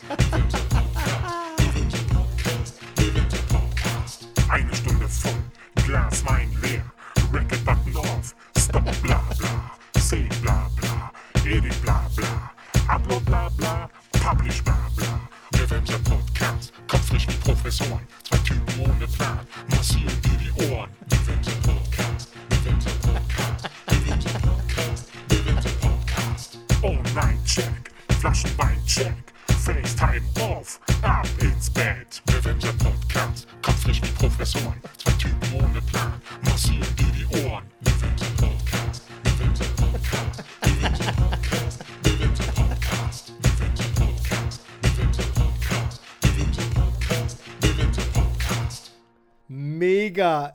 eine Stunde voll, Glas Wein leer, Record-Button off, Stop bla bla, say bla bla, edit bla bla, upload bla bla, publish bla bla. Avenger Podcast, Kopf frisch wie Professoren, zwei Typen ohne Plan, massieren dir die Ohren. Avenger Podcast, Avenger Podcast, Avenger Podcast, Avenger Podcast. Online-Check, Flaschenwein-Check, FaceTime off, ab ins Bett. Avenger Podcast, Kopf frisch wie Professoren, zwei Typen ohne Plan, massieren dir die Ohren. Avenger Podcast, Avenger Podcast, Avenger Podcast, Avenger Podcast, Avenger Podcast, Avenger Podcast, Avenger Podcast, Avenger Podcast. Mega,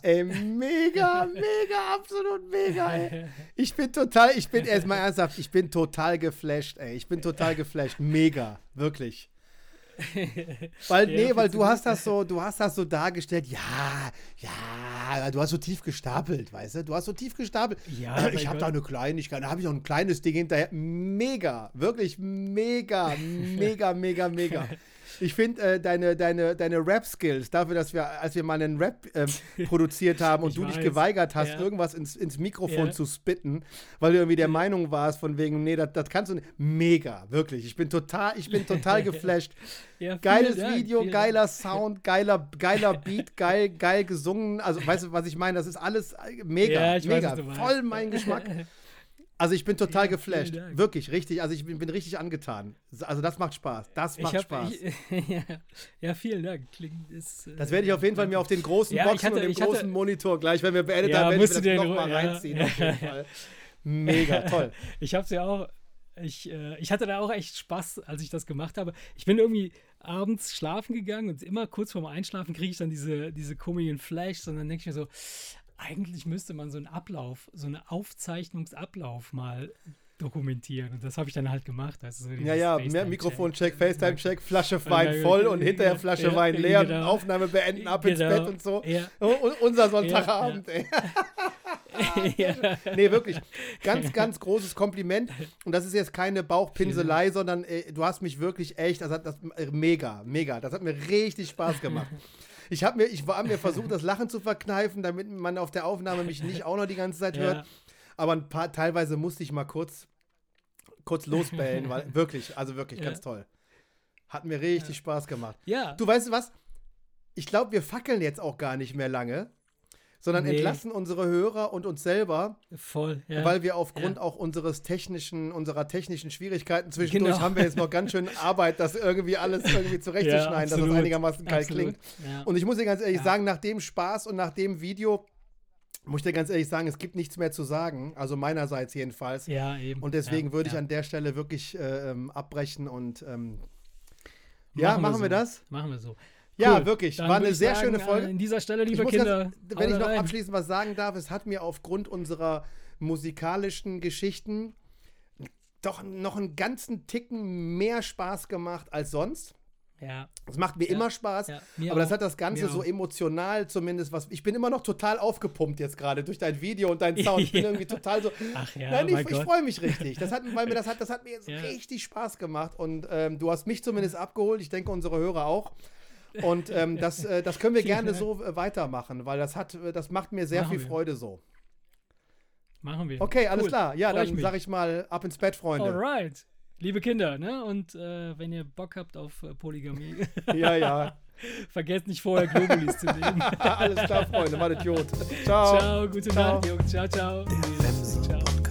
absolut mega, ey. Ich bin erstmal ernsthaft, ich bin total geflasht, mega, wirklich. Weil du hast das so dargestellt, du hast so tief gestapelt, weißt du? Du hast so tief gestapelt. Ja, ich habe da eine Kleinigkeit, da habe ich noch ein kleines Ding hinterher. Mega, wirklich mega. Ich finde deine Rap-Skills, dafür, dass als wir mal einen Rap produziert haben und du dich geweigert hast, irgendwas ins Mikrofon zu spitten, weil du irgendwie der Meinung warst, von wegen, nee, das kannst du nicht. Mega, wirklich. Ich bin total geflasht. Ja, geiles Video, geiler Sound, geiler Beat, geil gesungen. Also, weißt du, was ich meine? Das ist alles mega, mega. Voll mein Geschmack. Also ich bin total geflasht. Wirklich, richtig. Also ich bin richtig angetan. Also das macht Spaß. Spaß. Ja, vielen Dank. Das werde ich auf jeden Fall mir auf den großen Boxen und dem großen Monitor gleich, wenn wir beendet haben, werde ich mir das nochmal reinziehen. Auf jeden Fall. Mega, toll. Ich hab's ja auch, ich hatte da auch echt Spaß, als ich das gemacht habe. Ich bin irgendwie abends schlafen gegangen und immer kurz vorm Einschlafen kriege ich dann diese komischen Flashs und dann denke ich mir so, eigentlich müsste man so einen Aufzeichnungsablauf mal dokumentieren. Und das habe ich dann halt gemacht. Also so Mikrofoncheck, FaceTime-Check, Flasche Wein voll und hinterher Flasche Wein leer, genau. Aufnahme beenden, ab ins Bett und so. Ja. Unser Sonntagabend, ey. Nee, wirklich. Ganz, ganz großes Kompliment. Und das ist jetzt keine Bauchpinselei, sondern du hast mich wirklich echt, mega. Das hat mir richtig Spaß gemacht. Ich war mir versucht, das Lachen zu verkneifen, damit man auf der Aufnahme mich nicht auch noch die ganze Zeit hört. Aber teilweise musste ich mal kurz losbellen, weil wirklich ganz toll. Hat mir richtig Spaß gemacht. Ja. Du weißt was? Ich glaube, wir fackeln jetzt auch gar nicht mehr lange, sondern entlassen unsere Hörer und uns selber. Voll, ja. Weil wir aufgrund auch unserer technischen Schwierigkeiten zwischendurch haben wir jetzt noch ganz schön Arbeit, das irgendwie alles zurechtzuschneiden, dass es einigermaßen geil klingt. Ja. Und ich muss dir ganz ehrlich sagen, nach dem Spaß und nach dem Video muss ich dir ganz ehrlich sagen, es gibt nichts mehr zu sagen, also meinerseits jedenfalls. Ja, eben. Und deswegen würde ich an der Stelle wirklich abbrechen und machen wir das? Machen wir so. Ja, cool. Wirklich. Dann war eine sehr schöne Folge. An dieser Stelle, liebe Kinder. Wenn ich noch abschließend was sagen darf, es hat mir aufgrund unserer musikalischen Geschichten doch noch einen ganzen Ticken mehr Spaß gemacht als sonst. Ja. Es macht mir immer Spaß, aber das hat das Ganze so emotional zumindest ich bin immer noch total aufgepumpt jetzt gerade durch dein Video und deinen Sound. Ich bin irgendwie total so. Ach ja, nein, ich freue mich richtig. Das hat mir jetzt richtig Spaß gemacht und du hast mich zumindest abgeholt. Ich denke, unsere Hörer auch. Und das können wir gerne so weitermachen, weil das macht mir sehr viel Freude so. Machen wir. Okay, alles klar. Ja, dann sag ich mal, ab ins Bett, Freunde. Alright. Liebe Kinder, ne? Und wenn ihr Bock habt auf Polygamie, vergesst nicht vorher Globulis zu nehmen. Alles klar, Freunde, macht Idiot. Ciao. Ciao, gute Nacht, Jungs. Ciao, ciao. Der Wemser Podcast.